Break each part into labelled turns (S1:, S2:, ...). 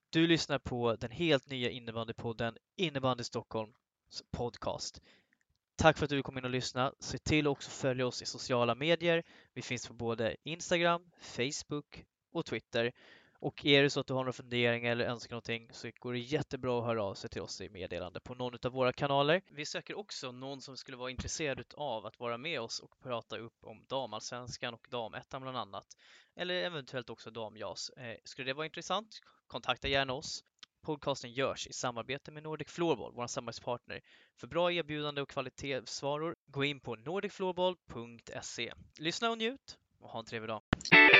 S1: Du lyssnar på den helt nya innebandypodden Innebandy Stockholms podcast. Tack för att du kom in och lyssna. Se till att också följa oss i sociala medier. Vi finns på både Instagram, Facebook och Twitter. Och är det så att du har några funderingar eller önskar någonting så går det jättebra att höra av sig till oss i meddelande på någon av våra kanaler. Vi söker också någon som skulle vara intresserad av att vara med oss och prata upp om damallsvenskan och damettan bland annat. Eller eventuellt också damjas. Skulle det vara intressant? Kontakta gärna oss. Podcasten görs i samarbete med Nordic Floorball, vår samarbetspartner. För bra erbjudande och kvalitetsvaror, gå in på nordicfloorball.se. Lyssna och njut och ha en trevlig dag.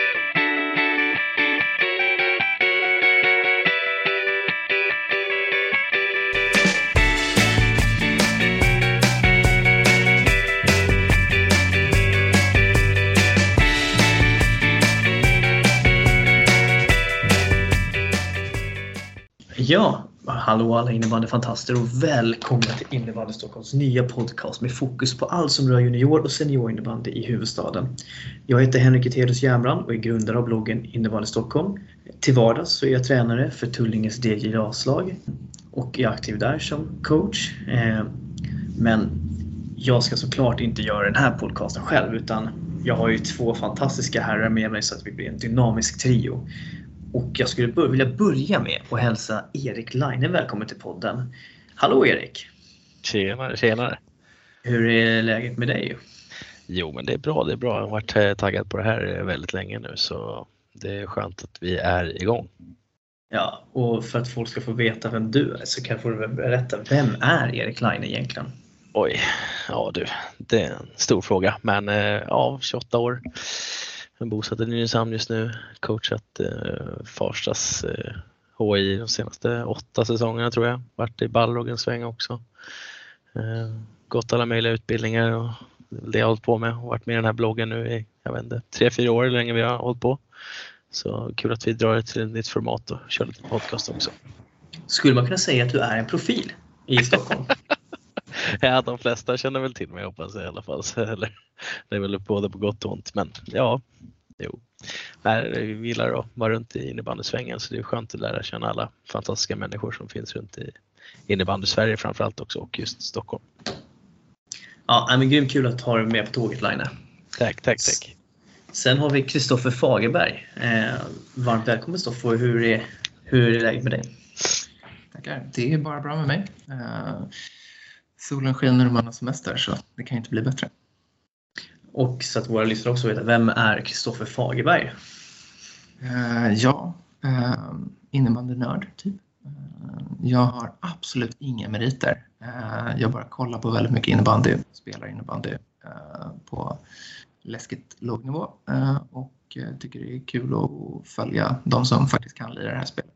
S2: Ja, hallå alla innebandyfantaster och välkomna till Innebandy Stockholms nya podcast med fokus på allt som rör junior- och seniorinnebandy i huvudstaden. Jag heter Henrik Eterus Järnbrand och är grundare av bloggen Innebandy Stockholm. Till vardags så är jag tränare för Tullinges DG-lag och är aktiv där som coach. Men jag ska såklart inte göra den här podcasten själv, utan jag har ju två fantastiska herrar med mig så att vi blir en dynamisk trio. Och jag skulle vilja börja med att hälsa Erik Laine välkommen till podden. Hallå Erik!
S3: Tjenare!
S2: Hur är läget med dig?
S3: Jo, men det är bra. Jag har varit taggad på det här väldigt länge nu, så det är skönt att vi är igång.
S2: Ja, och för att folk ska få veta vem du är så kan du berätta, vem är Erik Laine egentligen?
S3: Oj, ja du, det är en stor fråga. Men 28 år. Jag är bosatt i Nynäshamn just nu, coachat Farstas HI de senaste 8 säsongerna tror jag. Varit i Balrog en sväng också. Gått alla möjliga utbildningar och det jag har hållit på med. Och varit med i den här bloggen nu i, 3-4 år eller länge vi har hållit på. Så kul att vi drar det till ett nytt format och kör lite podcast också.
S2: Skulle man kunna säga att du är en profil i Stockholm?
S3: Ja, de flesta känner väl till mig, hoppas jag i alla fall. Eller, det är väl både på gott och ont, men ja, jo. Nej, vi gillar att vara runt i innebandysvängen, så det är skönt att lära känna alla fantastiska människor som finns runt i innebandy-Sverige framförallt också, och just Stockholm.
S2: Ja, men grymt kul att ha dig med på tåget, Laine.
S3: Tack.
S2: Sen har vi Kristoffer Fagerberg. Varmt välkommen Kristoffer, hur är läget med dig?
S4: Tackar, det är bara bra med mig. Solen skiner och man har semester, så det kan inte bli bättre.
S2: Och så att våra lyssnare också vet, vem är Kristoffer Fagerberg?
S4: Innebandynörd typ. Jag har absolut inga meriter. Jag bara kollar på väldigt mycket innebandy, spelar innebandy på läskigt låg nivå och tycker det är kul att följa de som faktiskt kan lira det här spelet.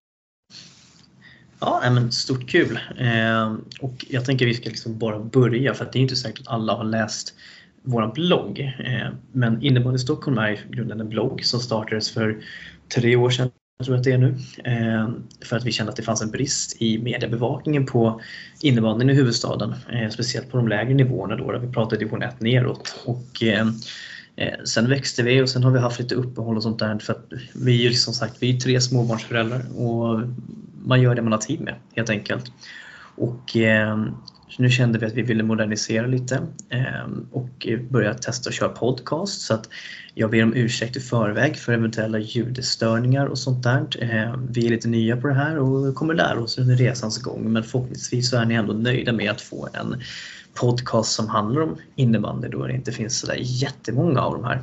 S2: Ja, men stort kul. Och jag tänker vi ska liksom bara börja, för att det är inte säkert att alla har läst vår blogg. Men Innebandy Stockholm är i grunden en blogg som startades för 3 år sedan, jag tror att det är nu. För att vi kände att det fanns en brist i mediebevakningen på innebandyn i huvudstaden. Speciellt på de lägre nivåerna då, där vi pratade division 1 neråt. Och sen växte vi och sen har vi haft lite uppehåll och sånt där. För att vi är som sagt, vi är 3 småbarnsföräldrar och man gör det man har tid med helt enkelt. Och nu kände vi att vi ville modernisera lite och börja testa att köra podcast. Så att jag ber om ursäkt i förväg för eventuella ljudstörningar och sånt där. Vi är lite nya på det här och kommer lära oss under resans gång. Men förhoppningsvis så är ni ändå nöjda med att få en podcast som handlar om innebandy då det inte finns så där jättemånga av de här.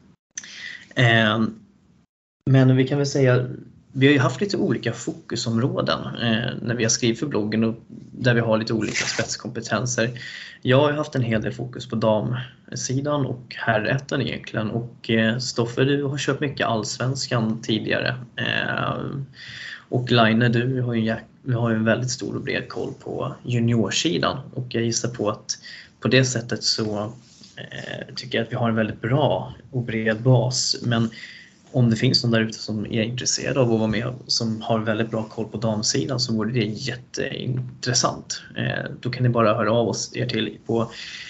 S2: Men vi kan väl säga, vi har ju haft lite olika fokusområden när vi har skrivit för bloggen och där vi har lite olika spetskompetenser. Jag har haft en hel del fokus på damsidan och herrettan egentligen, och Stoffer, du har kört mycket allsvenskan tidigare. Och Laine, du har ju en väldigt stor och bred koll på juniorsidan, och jag gissar på att på det sättet så tycker jag att vi har en väldigt bra och bred bas. Men om det finns någon där ute som är intresserad av att vara med, som har väldigt bra koll på damsidan, så vore det jätteintressant. Då kan ni bara höra av oss er till på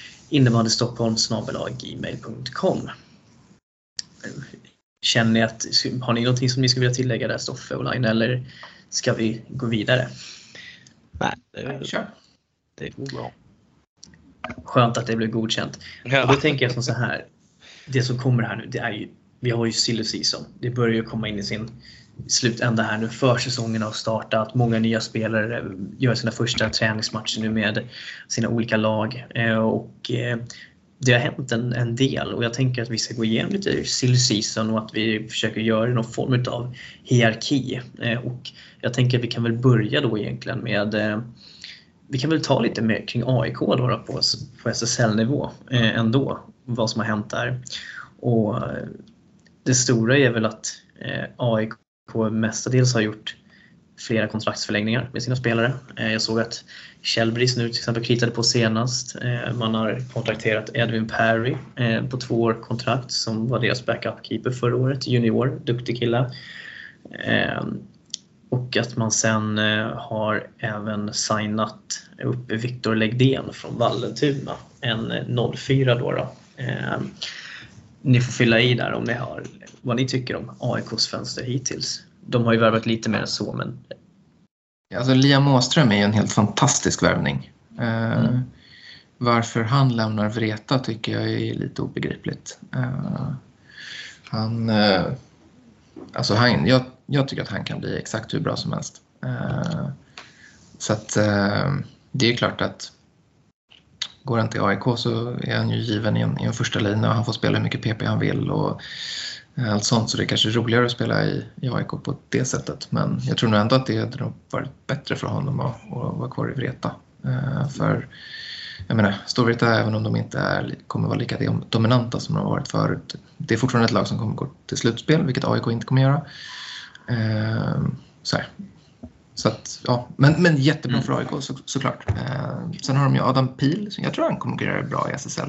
S2: innebandystockholm@gmail.com. Känner ni att, har ni någonting som ni skulle vilja tillägga där, Stoffe och Laine, eller ska vi gå vidare?
S3: Nej,
S4: Kör.
S3: det går bra.
S2: Skönt att det blev godkänt.
S3: Ja.
S2: Och då tänker jag som så här. Det som kommer här nu, det är ju, vi har ju silly season. Det börjar ju komma in i sin slutända här nu. Försäsongen har startat. Många nya spelare gör sina första träningsmatcher nu med sina olika lag. Och det har hänt en del. Och jag tänker att vi ska gå igenom lite silly season och att vi försöker göra någon form av hierarki. Och jag tänker att vi kan väl börja då egentligen med... Vi kan väl ta lite mer kring AIK då på SSL-nivå ändå. Vad som har hänt där. Och det stora är väl att AIK mestadels har gjort flera kontraktsförlängningar med sina spelare. Jag såg att Kjellbris nu till exempel kritade på senast. Man har kontrakterat Edwin Perry på 2 år kontrakt som var deras backup-keeper förra året. Junior, duktig kille. Och att man sen har även signat upp Viktor Legdén från Vallentuna. En 04 då. Ni får fylla i där om ni har vad ni tycker om AIKs fönster hittills. De har ju värvat lite mer än så, men...
S4: Alltså Liam Åström är ju en helt fantastisk värvning. Varför han lämnar Vreta tycker jag är lite obegripligt. Jag tycker att han kan bli exakt hur bra som helst. Så att det är klart att går han till AIK så är han ju given i en första linje och han får spela hur mycket PP han vill och allt sånt. Så det är kanske roligare att spela i AIK på det sättet. Men jag tror nog ändå att det hade varit bättre för honom att vara kvar i Vreta. För jag menar, Storvreta, även om de inte kommer vara lika dominanta som de har varit förut. Det är fortfarande ett lag som kommer gå till slutspel, vilket AIK inte kommer göra. Så att, ja, men jättebra för AIK såklart. Sen har de ju Adam Pil, så jag tror han kommer göra det bra i SSL.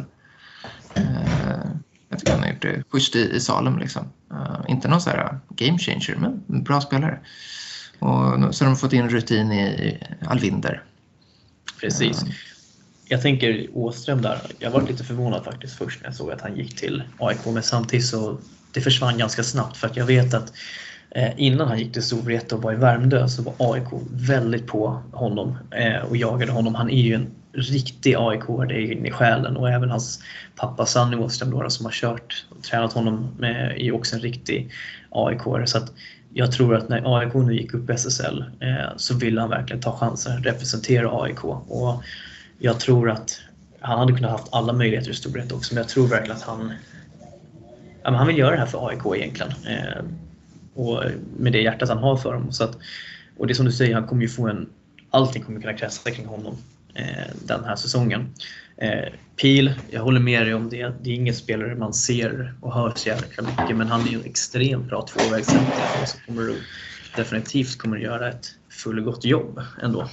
S4: Jag tycker han har gjort det schysst i Salem liksom. Inte någon så här game changer, men en bra spelare. Och så har de fått in rutin i Alvinder.
S2: Precis. Jag tänker Åström där. Jag var lite förvånad faktiskt först när jag såg att han gick till AIK. Men samtidigt så det försvann ganska snabbt. För att jag vet att innan han gick till Storvreta och var i Värmdö så var AIK väldigt på honom och jagade honom. Han är ju en riktig AIK, det är in i själen. Och även hans pappa Sanny Åström då, som har kört och tränat honom är ju också en riktig AIK. Så att jag tror att när AIK nu gick upp i SSL så ville han verkligen ta chansen att representera AIK. Och jag tror att han hade kunnat haft alla möjligheter i Storvreta också. Men jag tror verkligen att han vill göra det här för AIK egentligen. Och med det hjärtat han har för dem. Så att, och det som du säger, han kommer ju få allting kommer kunna kretsar kring honom den här säsongen. Pil, jag håller med dig om det. Det är ingen spelare man ser och hör så jävla mycket. Men han är ju en extremt bra tvåvägscenter. Och så kommer du definitivt kommer göra ett fullgott jobb ändå.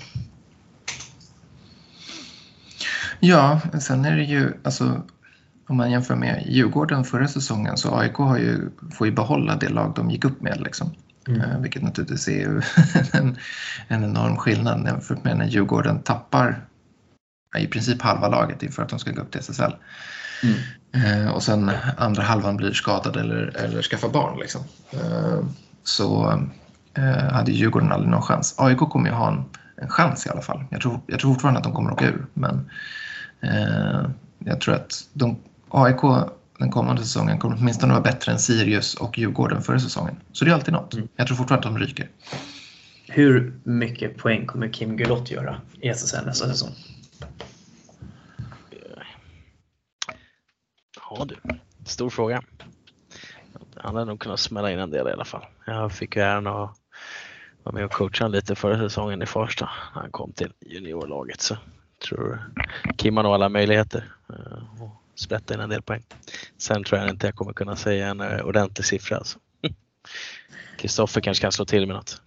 S4: Ja, sen är det ju, alltså, om man jämför med Djurgården förra säsongen så AIK får ju behålla det lag de gick upp med liksom. Vilket naturligtvis är ju en enorm skillnad jämfört med när Djurgården tappar i princip halva laget inför att de ska gå upp till SSL. Och sen andra halvan blir skadad eller skaffar barn liksom. Så hade Djurgården aldrig någon chans. AIK kommer ju ha en chans i alla fall. Jag tror fortfarande att de kommer att åka ur, men jag tror att AIK den kommande säsongen kommer åtminstone vara bättre än Sirius och Djurgården förra säsongen. Så det är alltid något. Jag tror fortfarande att de ryker.
S2: Hur mycket poäng kommer Kim Gulott göra i SSL nästa säsong?
S3: Ja du, stor fråga. Han hade nog kunnat smälla in en del i alla fall. Jag fick ju äran att vara med och coacha lite förra säsongen i Farsta. Han kom till juniorlaget, så tror Kim har nog alla möjligheter att sprätta in en del poäng. Sen tror jag inte jag kommer kunna säga en ordentlig siffra. Alltså. Kristoffer kanske kan slå till med något.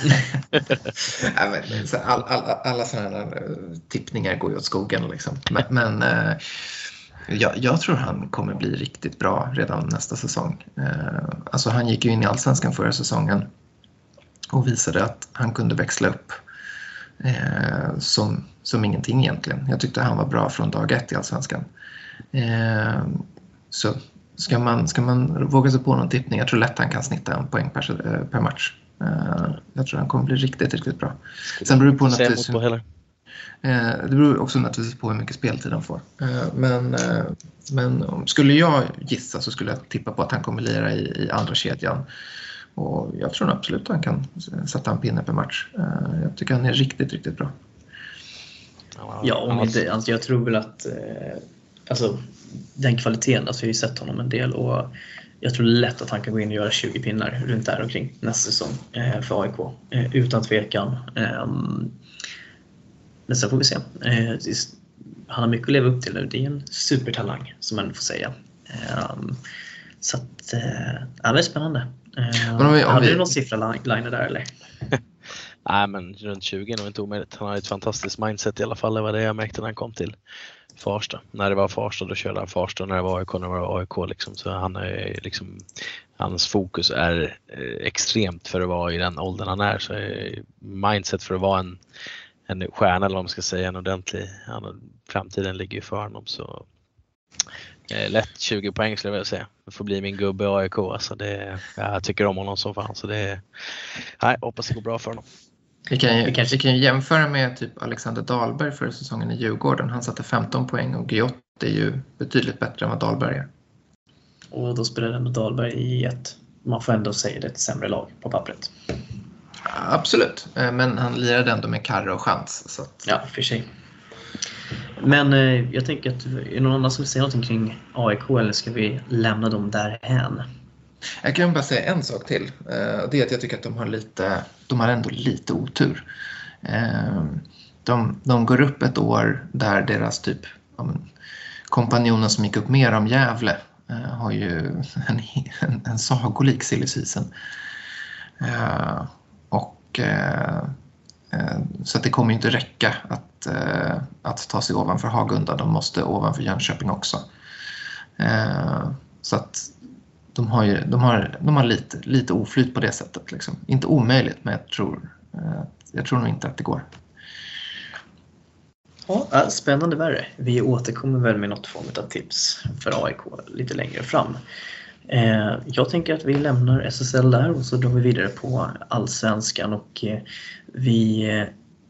S4: Alla sådana här tippningar går ju åt skogen liksom. Men jag tror han kommer bli riktigt bra redan nästa säsong. Alltså han gick ju in i Allsvenskan förra säsongen och visade att han kunde växla upp som ingenting egentligen. Jag tyckte han var bra från dag 1 i Allsvenskan. Så ska man våga sig på någon tippning, jag tror lätt han kan snitta en poäng per match. Jag tror han kommer bli riktigt, riktigt bra. Sen beror det på naturligtvis... Det beror också naturligtvis på hur mycket speltid de får. Men skulle jag gissa så skulle jag tippa på att han kommer lira i andra kedjan. Och jag tror absolut att han kan sätta en pinne per match. Jag tycker han är riktigt, riktigt bra.
S2: Ja, om inte, alltså jag tror väl att alltså, den kvaliteten, alltså jag har ju sett honom en del och jag tror lätt att han kan gå in och göra 20 pinnar runt där omkring nästa säsong för AIK. Utan tvekan. Men så får vi se. Han har mycket att leva upp till nu. Det är en supertalang som man får säga. Så att, det är spännande. Har du någon siffra-liner där eller?
S3: Nej, men runt 20 är nog inte omöjligt. Han har ett fantastiskt mindset i alla fall. Det var det jag märkte när han kom till Farsta. När det var Farsta då körde han Farsta. När det var AIK, när det var AIK liksom. Så han är liksom, hans fokus är extremt för att vara i den åldern han är. Så mindset för att vara en stjärna eller vad man ska säga, en ordentlig. Framtiden ligger ju för honom, så lätt 20 poäng skulle jag vilja säga. Det får bli min gubbe i AIK. Alltså jag tycker om honom så fan. Så hoppas det går bra för honom.
S4: Vi kan jämföra med typ Alexander Dahlberg för säsongen i Djurgården. Han satte 15 poäng och G8 är ju betydligt bättre än vad Dahlberg är.
S2: Och då spelar ändå Dahlberg i man får ändå säga det, ett sämre lag på pappret.
S4: Absolut, men han lirade ändå med karra och chans. Så att...
S2: Ja, för sig. Men jag tänker att är någon annan som vill säga någonting kring AIK eller ska vi lämna dem därhän?
S4: Jag kan bara säga en sak till. Det är att jag tycker att de har ändå lite otur. De går upp ett år där deras typ kompanjoner som gick upp mer om Gävle har ju en sagolik silly season. Så att det kommer inte räcka att ta sig ovanför Hagunda. De måste ovanför Jönköping också. Så att de har lite oflyt på det sättet. Liksom. Inte omöjligt, men jag tror nog inte att det går.
S2: Ja, spännande värre. Vi återkommer väl med något form av tips för AIK lite längre fram. Jag tänker att vi lämnar SSL där och så drar vi vidare på Allsvenskan och vi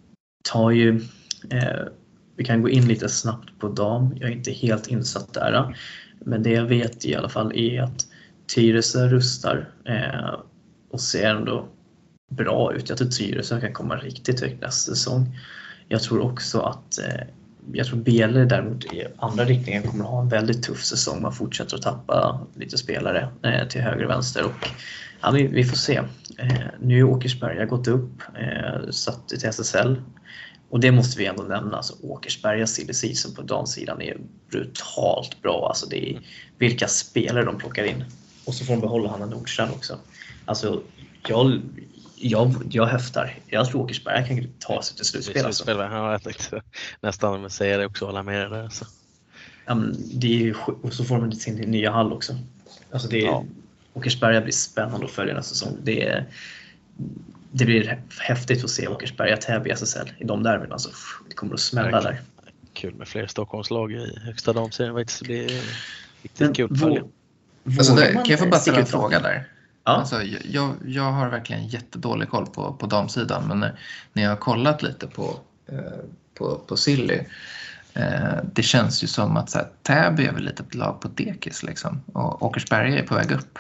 S2: kan gå in lite snabbt på dam. Jag är inte helt insatt där, men det jag vet i alla fall är att Tyresö rustar och ser ändå bra ut. Jag tror Tyresö kan komma riktigt högt nästa säsong. Jag tror också att Bele däremot i andra riktningen kommer att ha en väldigt tuff säsong. Man fortsätter att tappa lite spelare till höger och vänster och ja, vi får se. Nu är Åkersberga gått upp satt till SSL och det måste vi ändå nämna. Alltså, Åkersbergas silly season på damsidan är brutalt bra. Alltså, det är vilka spelare de plockar in och så får de behålla Hanna Nordstrand också. Alltså, jag häftar. Jag tror Åkersberga kan ta sig till slutspel.
S3: Alltså. Ja, jag tänkte nästan säga det också, hålla med där. Så.
S2: Ja, men det är ju, och så får de sin nya hall också. Alltså Åkersberga blir spännande att följa nästa säsong. Det blir häftigt att se Åkersberga Täby SSL i de derbyn. Alltså, det kommer att smälla där.
S3: Kul med fler Stockholmslag i högsta damserien. Det blir riktigt kul att följa.
S4: Kan jag få bara ställa en fråga där? Ja. Alltså, jag har verkligen jättedålig koll på damsidan, men när jag har kollat lite på silly, det känns ju som att så här, Täby är väl lite ett lag på dekis liksom, och Åkersberga är på väg upp.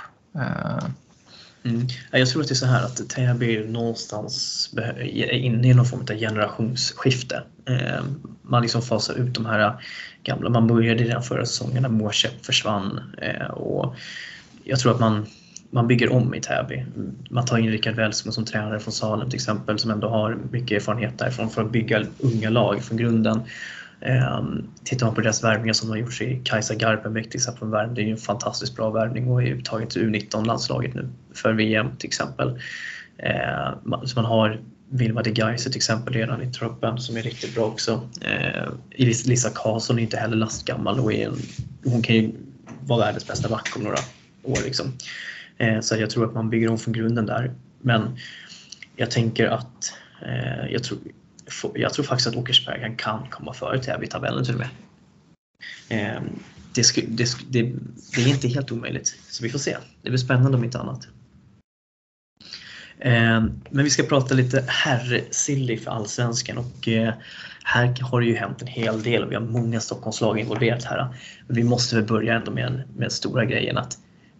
S2: Jag tror att det är så här att Täby någonstans är inne i någon form av generationsskifte. Man liksom fasar ut de här gamla. Man började redan förra säsongen när Mårköp försvann och jag tror att man bygger om i Täby. Man tar in Rickard Wellsmo som tränare från Salem till exempel, som ändå har mycket erfarenhet därifrån för att bygga unga lag från grunden. Tittar man på deras värvningar som de har gjort i Kajsa Garpenbäck till exempel från Värmdö, det är ju en fantastiskt bra värvning och är tagit till U19-landslaget nu för VM till exempel. Så man har Vilma de Geise till exempel redan i truppen som är riktigt bra också. Lisa Karlsson är inte heller lastgammal och hon kan ju vara världens bästa back om några år liksom. Så jag tror att man bygger om från grunden där. Men jag tänker att jag tror faktiskt att Åkersberga kan komma före Täby i tabellen till och med. Det är inte helt omöjligt. Så vi får se. Det blir spännande om inte annat. Men vi ska prata lite herrsilly för Allsvenskan och här har det ju hänt en hel del och vi har många Stockholmslag involverat här. Men vi måste väl börja ändå med stora grejen att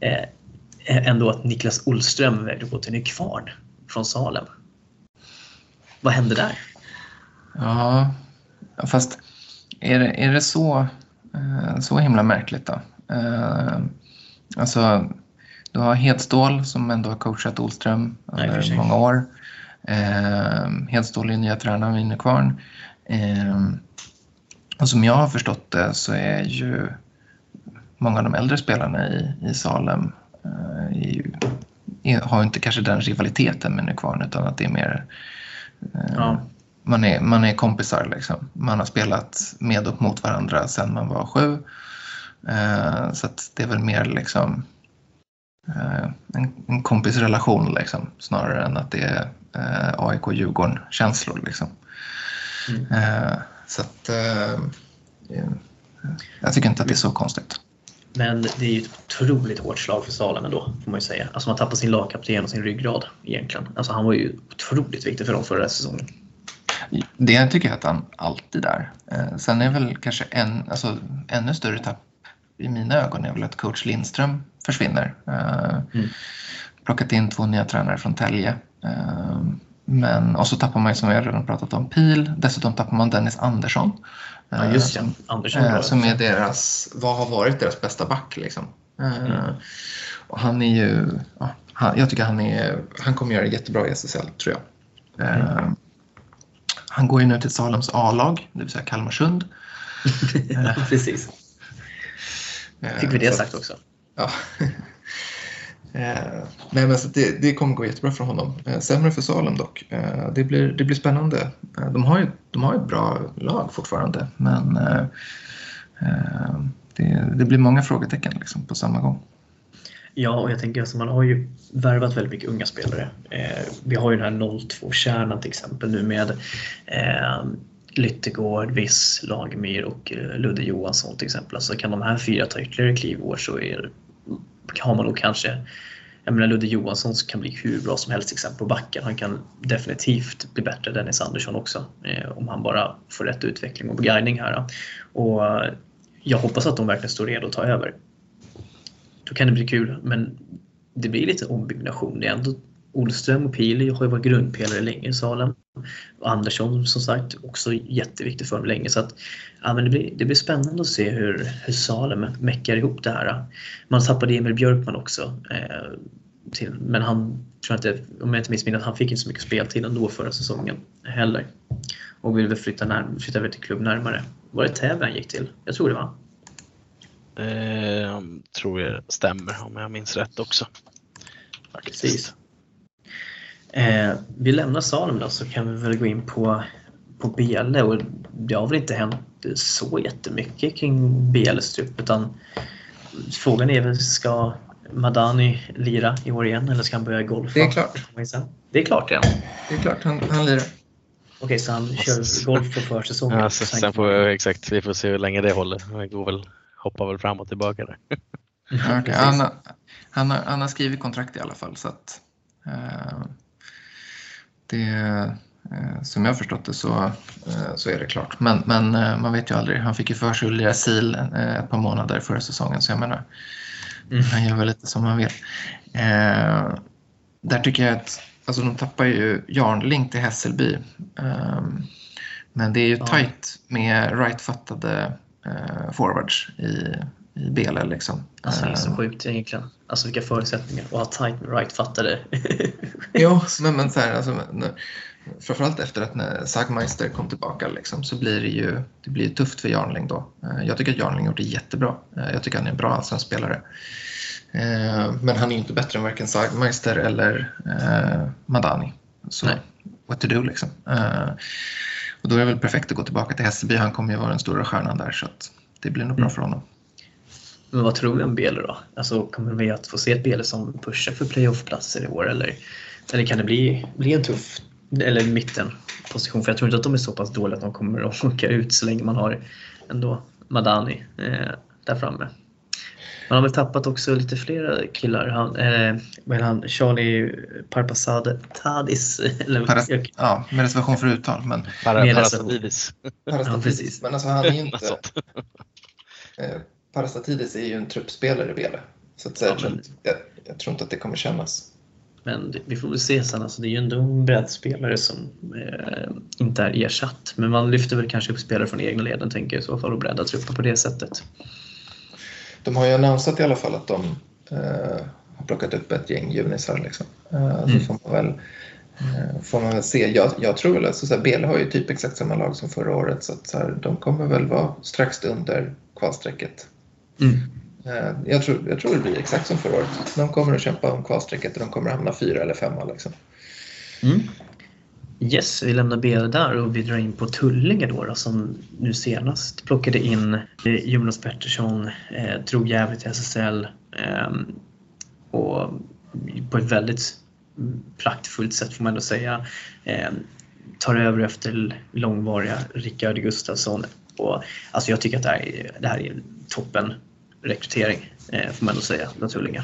S2: Niklas Olström vägrade gå till Nykvarn från Salem. Vad hände där?
S4: Ja, fast är det så himla märkligt då? Alltså, du har Hedstål som ändå har coachat Olström under många år. Hedstål är nya tränaren vid Nykvarn. Och som jag har förstått det så är ju många av de äldre spelarna i Salem har inte kanske den rivaliteten med Nykvarn, utan att det är mer man är kompisar liksom. Man har spelat med och mot varandra sedan man var 7. Så att det är väl mer liksom en kompisrelation liksom, snarare än att det är AIK-Djurgården-känslor liksom. Så att jag tycker inte att det är så konstigt.
S2: Men det är ju ett otroligt hårt slag för Salem ändå, får man ju säga. Alltså man tappar sin lagkapten och sin ryggrad egentligen. Alltså han var ju otroligt viktig för dem förra säsongen.
S4: Det tycker jag att han alltid är. Sen är väl kanske ännu större tapp i mina ögon är väl att coach Lindström försvinner. Plockat in 2 nya tränare från Tälje. Och så tappar man, som vi redan pratat om, Pil. Dessutom tappar man Dennis Andersson.
S2: Ja, just det. Andersson
S4: som är vad har varit deras bästa back liksom. Och han är ju, jag tycker han kommer göra det jättebra i SSL, tror jag. Han går ju nu till Salems A-lag, det vill säga Kalmarsund.
S2: Precis. Fick vi det sagt också.
S4: Ja. Nej, men så det kommer gå jättebra för honom. Sämre för Salem dock. Det blir spännande. De har ett bra lag fortfarande, men det blir många frågetecken liksom, på samma gång.
S2: Ja, och jag tänker att man har ju värvat väldigt mycket unga spelare. Vi har ju den här 02-kärnan till exempel nu med Lyttegård, Viss, Lagemyr och Ludde Johansson till exempel. Alltså kan de här 4 ta ytterligare kliv i år så har man nog kanske, jag menar Ludde Johansson kan bli hur bra som helst till exempel på backen. Han kan definitivt bli bättre än Dennis Andersson också om han bara får rätt utveckling och guidning här. Och jag hoppas att de verkligen står redo att ta över. Då kan det bli kul, men det blir lite ombyggnation. Det är ändå Olström och Pili har ju varit grundpelare länge i Salem. Och Andersson som sagt också jätteviktig för dem länge. Så att, men det blir spännande att se hur Salem mäckar ihop det här. Man tappade Emil Björkman också. Men han, tror inte, om jag inte missminner, att han fick inte så mycket speltid ändå förra säsongen heller. Och vill väl flytta över till klubb närmare. Var det Täby han gick till? Jag tror det var.
S3: Tror jag stämmer om jag minns rätt också.
S2: Precis. Vi lämnar Salem då, så kan vi väl gå in på Bele, och det har väl inte hänt så jättemycket kring Beles trupp, utan frågan är väl, ska Madani lira i år igen eller ska han börja golfa?
S4: Det är klart.
S2: Det är klart igen.
S4: Det är klart han lirar.
S2: Okej, så han kör golf på försäsongen.
S3: Ja, sen får vi får se hur länge det håller. Det går väl, hoppar väl fram och tillbaka där.
S4: Okay. Han har skrivit kontrakt i alla fall, så att det, som jag har förstått det så är det klart. Men man vet ju aldrig. Han fick ju för sig att lira sil ett par månader förra säsongen, så jag menar han gör väl lite som han vill. Där tycker jag att alltså, de tappar ju Jarnling till Hässelby. Men det är ju tajt med right-fattade forwards i Bele liksom.
S2: Alltså det är så sjukt egentligen. Alltså vilka förutsättningar att ha tajt med right-fattade.
S4: Jo, men så här, alltså, framförallt efter att när Sagmeister kom tillbaka liksom, så blir det blir tufft för Jarnling då. Jag tycker att Jarnling gjorde det jättebra. Jag tycker att han är en bra allsvensk spelare. Men han är inte bättre än varken Sagmeister eller Madani. Så what to do liksom. Och då är det väl perfekt att gå tillbaka till Hässelby. Han kommer ju vara den stora stjärnan där, så att det blir nog bra för honom.
S2: Men vad tror du om Bele då? Alltså, kommer vi att få se ett Bele som pushar för playoff-platser i år? Eller kan det bli en tuff eller mittenposition? För jag tror inte att de är så pass dåliga att de kommer att åka ut så länge man har ändå Madani där framme. Man har väl tappat också lite flera killar. Han Charlie Parpasatadis.
S4: Ja, med reservation för uttal. Men
S3: Parastatidis.
S2: Precis.
S4: Men alltså han är ju inte... Parastatidis är ju en truppspelare i Bele. Så att säga, jag tror inte att det kommer kännas.
S2: Men vi får väl se sen. Alltså, det är ju ändå en breddspelare som inte är ersatt. Men man lyfter väl kanske upp spelare från egna leden, tänker jag, i så fall, och bredda truppen på det sättet.
S4: De har ju annonsat i alla fall att de har plockat upp ett gäng junisar. Liksom. Så får man väl se. Jag tror väl att Bele har ju typ exakt samma lag som förra året. Så att de kommer väl vara strax under kvalstrecket. Jag tror det blir exakt som förra året. De kommer att kämpa om kvalstrecket och de kommer att hamna 4 eller 5 liksom.
S2: Yes, vi lämnar Bele där och vi drar in på Tullinge då som nu senast plockade in Jonas Pettersson, drog jävligt till SSL och på ett väldigt praktfullt sätt får man ändå säga tar över efter långvariga Rickard Gustafsson. Och alltså jag tycker att det här är toppen rekrytering får man ändå säga med Tullinge.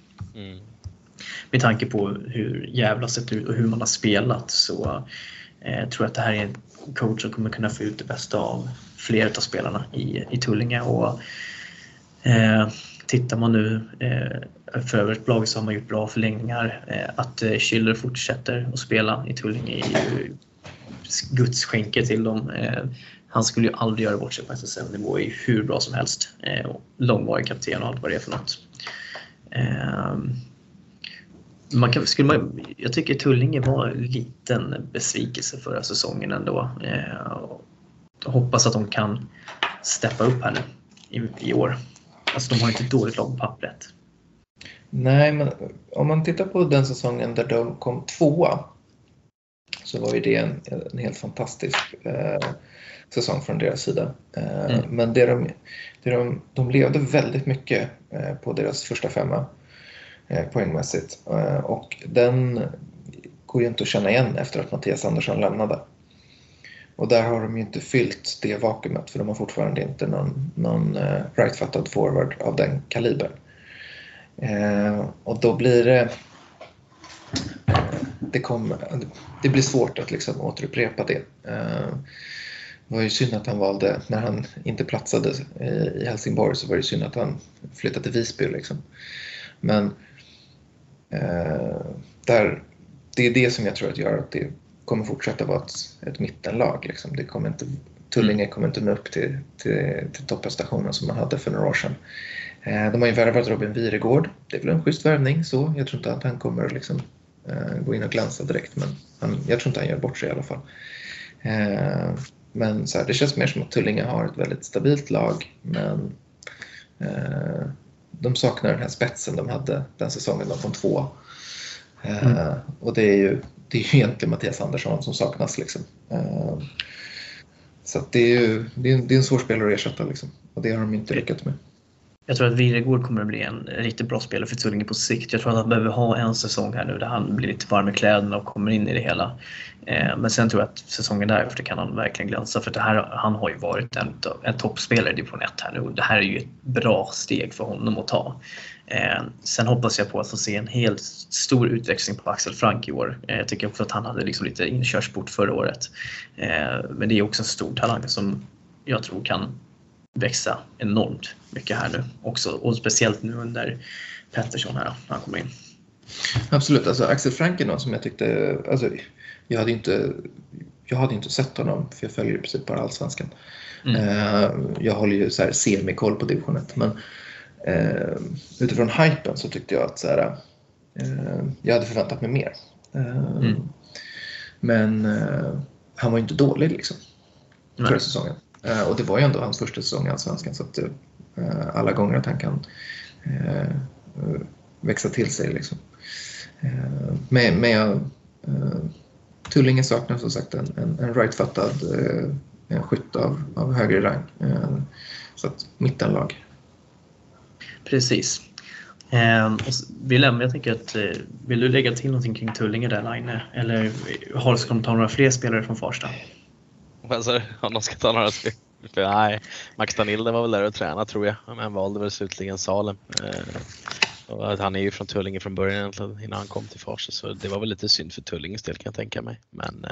S2: Med tanke på hur jävla sett ut och hur man har spelat så tror jag att det här är en coach som kommer kunna få ut det bästa av flera av spelarna i Tullinge. Och tittar man nu för övrigt lag så har man gjort bra förlängningar. Att Schiller fortsätter att spela i Tullinge är ju Guds skänke till dem. Han skulle ju aldrig göra bort sig på SSL-nivå i hur bra som helst. Långvarig kapten och allt vad det är för något. Jag tycker Tullinge var en liten besvikelse förra säsongen ändå. Hoppas att de kan steppa upp här nu i år. Alltså de har inte ett dåligt lag på pappret.
S4: Nej, men om man tittar på den säsongen där de kom 2 så var ju det en helt fantastisk säsong från deras sida. Men de levde väldigt mycket på deras första 5 poängmässigt. Och den går ju inte att känna igen efter att Mattias Andersson lämnade. Och där har de ju inte fyllt det vakuumet för de har fortfarande inte någon right-fattad forward av den kalibern. Och då blir det blir svårt att liksom återupprepa det. Det var ju synd att han valde, när han inte platsade i Helsingborg så var det synd att han flyttade till Visby liksom. Men det är det som jag tror att gör att det kommer fortsätta vara ett mittenlag liksom. Tullinge kommer inte nå upp till topprestationen som man hade för några år sedan. De har ju värvat Robin Viregård. Det är väl en schysst värvning så. Jag tror inte att han kommer liksom gå in och glänsa direkt, men jag tror inte han gör bort sig i alla fall. Men så här, det känns mer som att Tullinge har ett väldigt stabilt lag, men de saknar den här spetsen de hade den säsongen de kom 2. Och det är ju egentligen Mattias Andersson som saknas liksom. Så att det är en svår spelare att ersätta liksom. Och det har de inte lyckats med.
S2: Jag tror att Viregård kommer att bli en riktigt bra spelare för Tullinge på sikt. Jag tror att han behöver ha en säsong här nu där han blir lite varm i kläderna och kommer in i det hela. Men sen tror jag att säsongen därefter kan han verkligen glänsa. För han har ju varit en toppspelare i division 1 här nu. Det här är ju ett bra steg för honom att ta. Sen hoppas jag på att få se en helt stor utväxling på Axel Frank i år. Jag tycker också att han hade liksom lite inkörsport förra året. Men det är också en stor talang som jag tror kan växa enormt mycket här nu också, och speciellt nu under Pettersson här när han kommer in.
S4: Absolut, alltså Axel Frank är någon som jag tyckte, alltså jag hade inte sett honom för jag följer i princip bara Allsvenskan. Jag håller ju så här semikoll på division 1, men utifrån hypen så tyckte jag att så här, jag hade förväntat mig mer. Men han var ju inte dålig liksom förra säsongen. Och det var ju ändå hans första säsong i Allsvenskan, så att alla gånger att han kan växa till sig liksom. Med Tullinge saknar som sagt en right-fattad skytt av högre rang. Så att mittenlag.
S2: Precis. Jag tänker att vill du lägga till någonting kring Tullinge där, Line? Eller ska de ta några fler spelare från Farsta?
S3: Alltså, om de ska ta några För nej, Max Danilde var väl där och tränade tror jag. Men valde väl slutligen Salem. Och han är ju från Tullinge från början egentligen, innan han kom till Farsta. Så det var väl lite synd för Tullinges del kan jag tänka mig. Men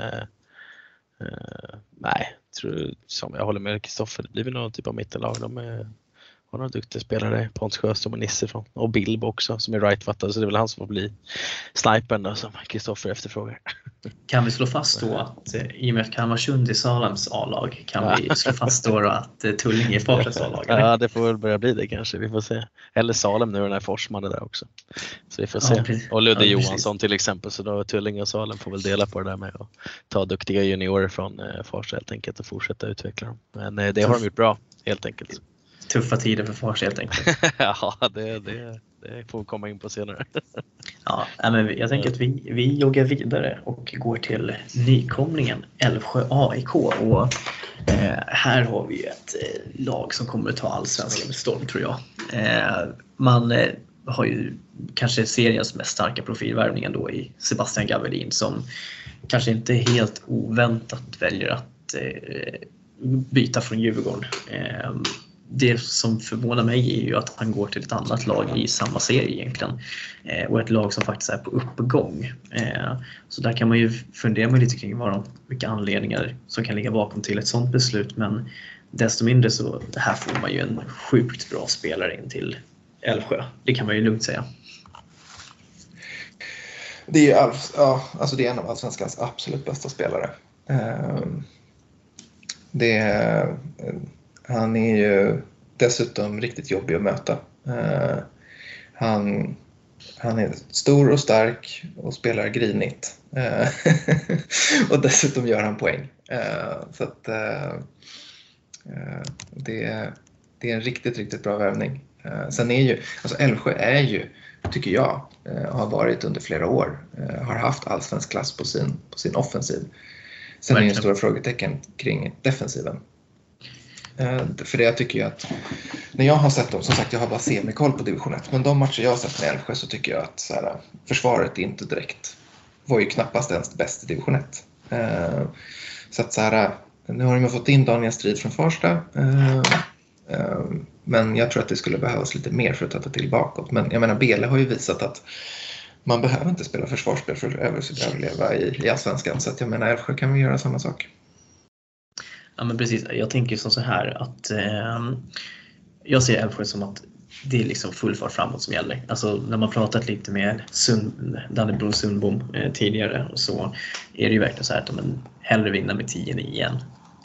S3: nej, som jag håller med Kristoffer. Det blir väl någon typ av mittenlag. De har några duktiga spelare. Pontus Sjöström och Nisse från. Och Bilb också som är rightfattad. Så det är väl han som får bli snipern då, som Kristoffer efterfrågar.
S2: Kan vi slå fast då att IMF Kalmarsund i Salems A-lag? Kan vi slå fast då att Tullinge är Farstas A-lag?
S3: Ja, det får väl börja bli det kanske. Vi får se. Eller Salem nu, den här Forsman är där också. Så vi får se. Och Ludde Johansson till exempel. Så då Tullinge och Salem får väl dela på det där med att ta duktiga juniorer från Farsta helt enkelt och fortsätta utveckla dem. Men det har de gjort bra helt enkelt.
S2: Tuffa tider för Farsta helt enkelt.
S3: Ja, det får vi komma in på senare.
S2: Ja, men jag tänker att vi joggar vidare och går till nykomlingen Älvsjö AIK. Och här har vi ett lag som kommer att ta allsvenskan med storm tror jag. Man har ju kanske seriens mest starka profilvärvning då i Sebastian Gavelin som kanske inte helt oväntat väljer att byta från Djurgården. Det som förvånar mig är ju att han går till ett annat lag i samma serie egentligen. Och ett lag som faktiskt är på uppgång. Så där kan man ju fundera lite kring vilka anledningar som kan ligga bakom till ett sådant beslut. Men desto mindre så här får man ju en sjukt bra spelare in till Älvsjö. Det kan man ju lugnt säga.
S4: Det är alltså det är en av allsvenskans absolut bästa spelare. Han är ju dessutom riktigt jobbig att möta. Han är stor och stark och spelar grinigt. Och dessutom gör han poäng. Så att det är en riktigt, riktigt bra värvning. Sen är ju, alltså Älvsjö är ju, tycker jag, har varit under flera år, har haft allsvensk klass på sin offensiv. Sen är det stora frågetecken kring defensiven. För det jag tycker jag att när jag har sett dem, som sagt jag har bara semikoll på division 1, men de matcher jag har sett med Älvsjö så tycker jag att så här, försvaret inte direkt var ju knappast ens bäst i division 1. Så att så här, nu har de fått in Daniel Strid från Farsta, men jag tror att det skulle behövas lite mer för att ta till bakåt. Men jag menar, Bele har ju visat att man behöver inte spela försvarsspel för att överleva i allsvenskan, så att jag menar Älvsjö kan vi göra samma sak.
S2: Ja men precis, jag tänker som så här att jag ser Älvsjö som att det är liksom full fart framåt som gäller. Alltså när man pratat lite med Dannebro Sundbom tidigare så är det ju verkligen så här att de hellre vinner med 10-9 än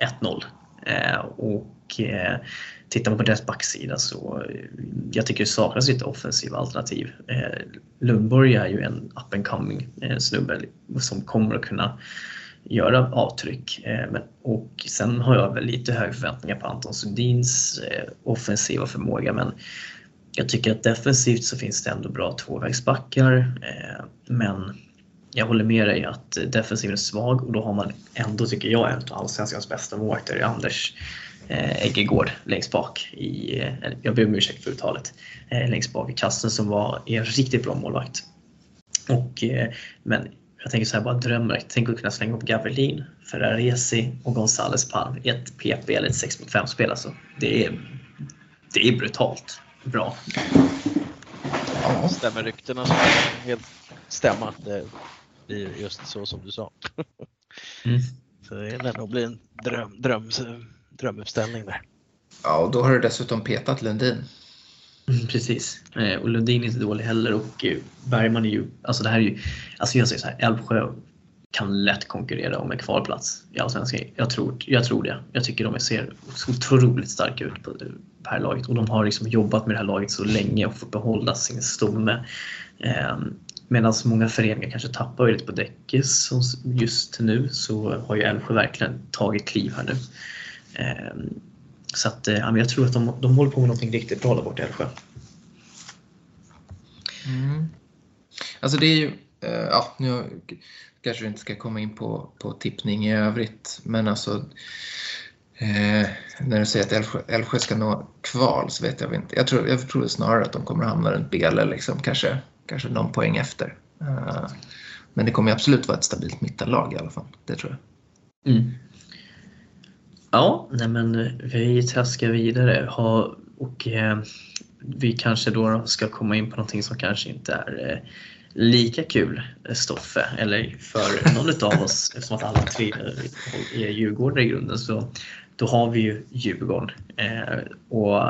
S2: 1-0. Tittar man på deras backsida så jag tycker det saknas lite offensiva alternativ. Lundborg är ju en up and coming snubbe som kommer att kunna göra avtryck. Och sen har jag väl lite höga förväntningar på Anton Sundins offensiva förmåga, men jag tycker att defensivt så finns det ändå bra tvåvägsbackar. Men jag håller med dig att defensiven är svag, och då har man ändå, tycker jag, en av allsvenskans bästa målvakter, Anders Eggegård längst bak jag ber om ursäkt för uttalet, längst bak i kassen, som är en riktigt bra målvakt. Men jag tänker så här, bara drömmer. Tänk att kunna slänga upp Gavelin, Ferraresi och Gonzales Palm i ett PP eller ett 6-5-spel. Alltså. Det är brutalt bra.
S3: Ja, stämmer ryktena så helt stämma. Det blir just så som du sa. Så det är nog bli en drömuppställning där.
S4: Ja, och då har du dessutom petat Lundin.
S2: Precis. Och Lundin är inte dålig heller, och Bergman är ju, alltså det här är ju, alltså jag säger så här, Älvsjö kan lätt konkurrera om en kvalplats i allsvenskan. Jag tror det. Jag tycker de ser så otroligt starka ut på det här laget, och de har liksom jobbat med det här laget så länge och fått behålla sin stomme. Medan många föreningar kanske tappar lite på däckes just nu, så har ju Älvsjö verkligen tagit kliv här nu. Så att jag tror att de håller på med något riktigt bra där borta i Älvsjö.
S4: Alltså det är ju, nu kanske vi inte ska komma in på tippning i övrigt, men alltså när du säger att Älvsjö ska nå kval, så vet jag inte. Jag tror snarare att de kommer att hamna runt Bele, liksom, kanske någon poäng efter. Men det kommer absolut vara ett stabilt mittenlag i alla fall, det tror jag.
S2: Ja, nej men vi traskar vidare och vi kanske då ska komma in på någonting som kanske inte är lika kul, Stoffe, eller för någon av oss, eftersom att alla tre är Djurgårdare i grunden, så då har vi ju Djurgården. Och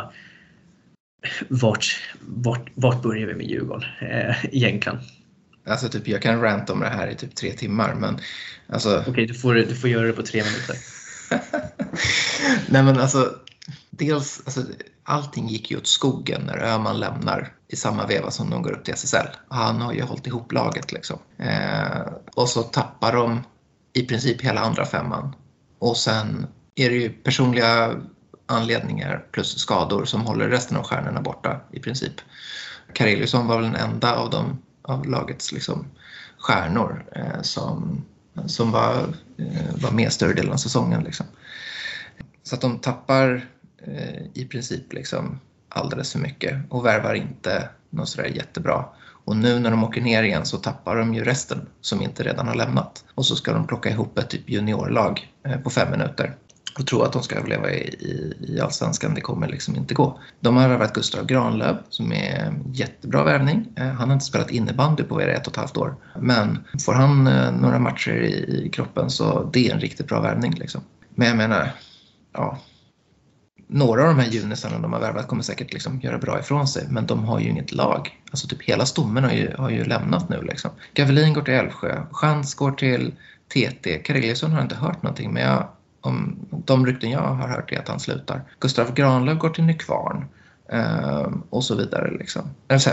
S2: vart börjar vi med Djurgården egentligen?
S4: Alltså typ, jag kan ranta om det här i typ 3 timmar, men alltså...
S2: Okej, du får göra det på 3 minuter.
S4: Nej men alltså, dels, alltså, allting gick ju åt skogen när Öhman lämnar i samma veva som de går upp till SSL. Han har ju hållit ihop laget liksom. Och så tappar de i princip hela andra femman. Och sen är det ju personliga anledningar plus skador som håller resten av stjärnorna borta i princip. Kareliusson var väl den enda av lagets liksom stjärnor som var med större delen av säsongen liksom. Så att de tappar i princip liksom alldeles för mycket och värvar inte något sådär jättebra. Och nu när de åker ner igen så tappar de ju resten som inte redan har lämnat. Och så ska de plocka ihop ett typ juniorlag på 5 minuter. Och tro att de ska överleva i Allsvenskan, det kommer liksom inte gå. De har värvat Gustav Granlöf som är jättebra värvning. Han har inte spelat innebandy på 1,5 år. Men får han några matcher i kroppen så det är en riktigt bra värvning liksom. Men jag menar, ja, några av de här junisarna de har värvat kommer säkert liksom göra bra ifrån sig. Men de har ju inget lag. Alltså typ hela stommen har ju lämnat nu liksom. Gavelin går till Älvsjö. Chans går till TT. Kareliusson har inte hört någonting, men om de rykten jag har hört är att han slutar. Gustav Granlöf går till Nykvarn. Och så vidare liksom.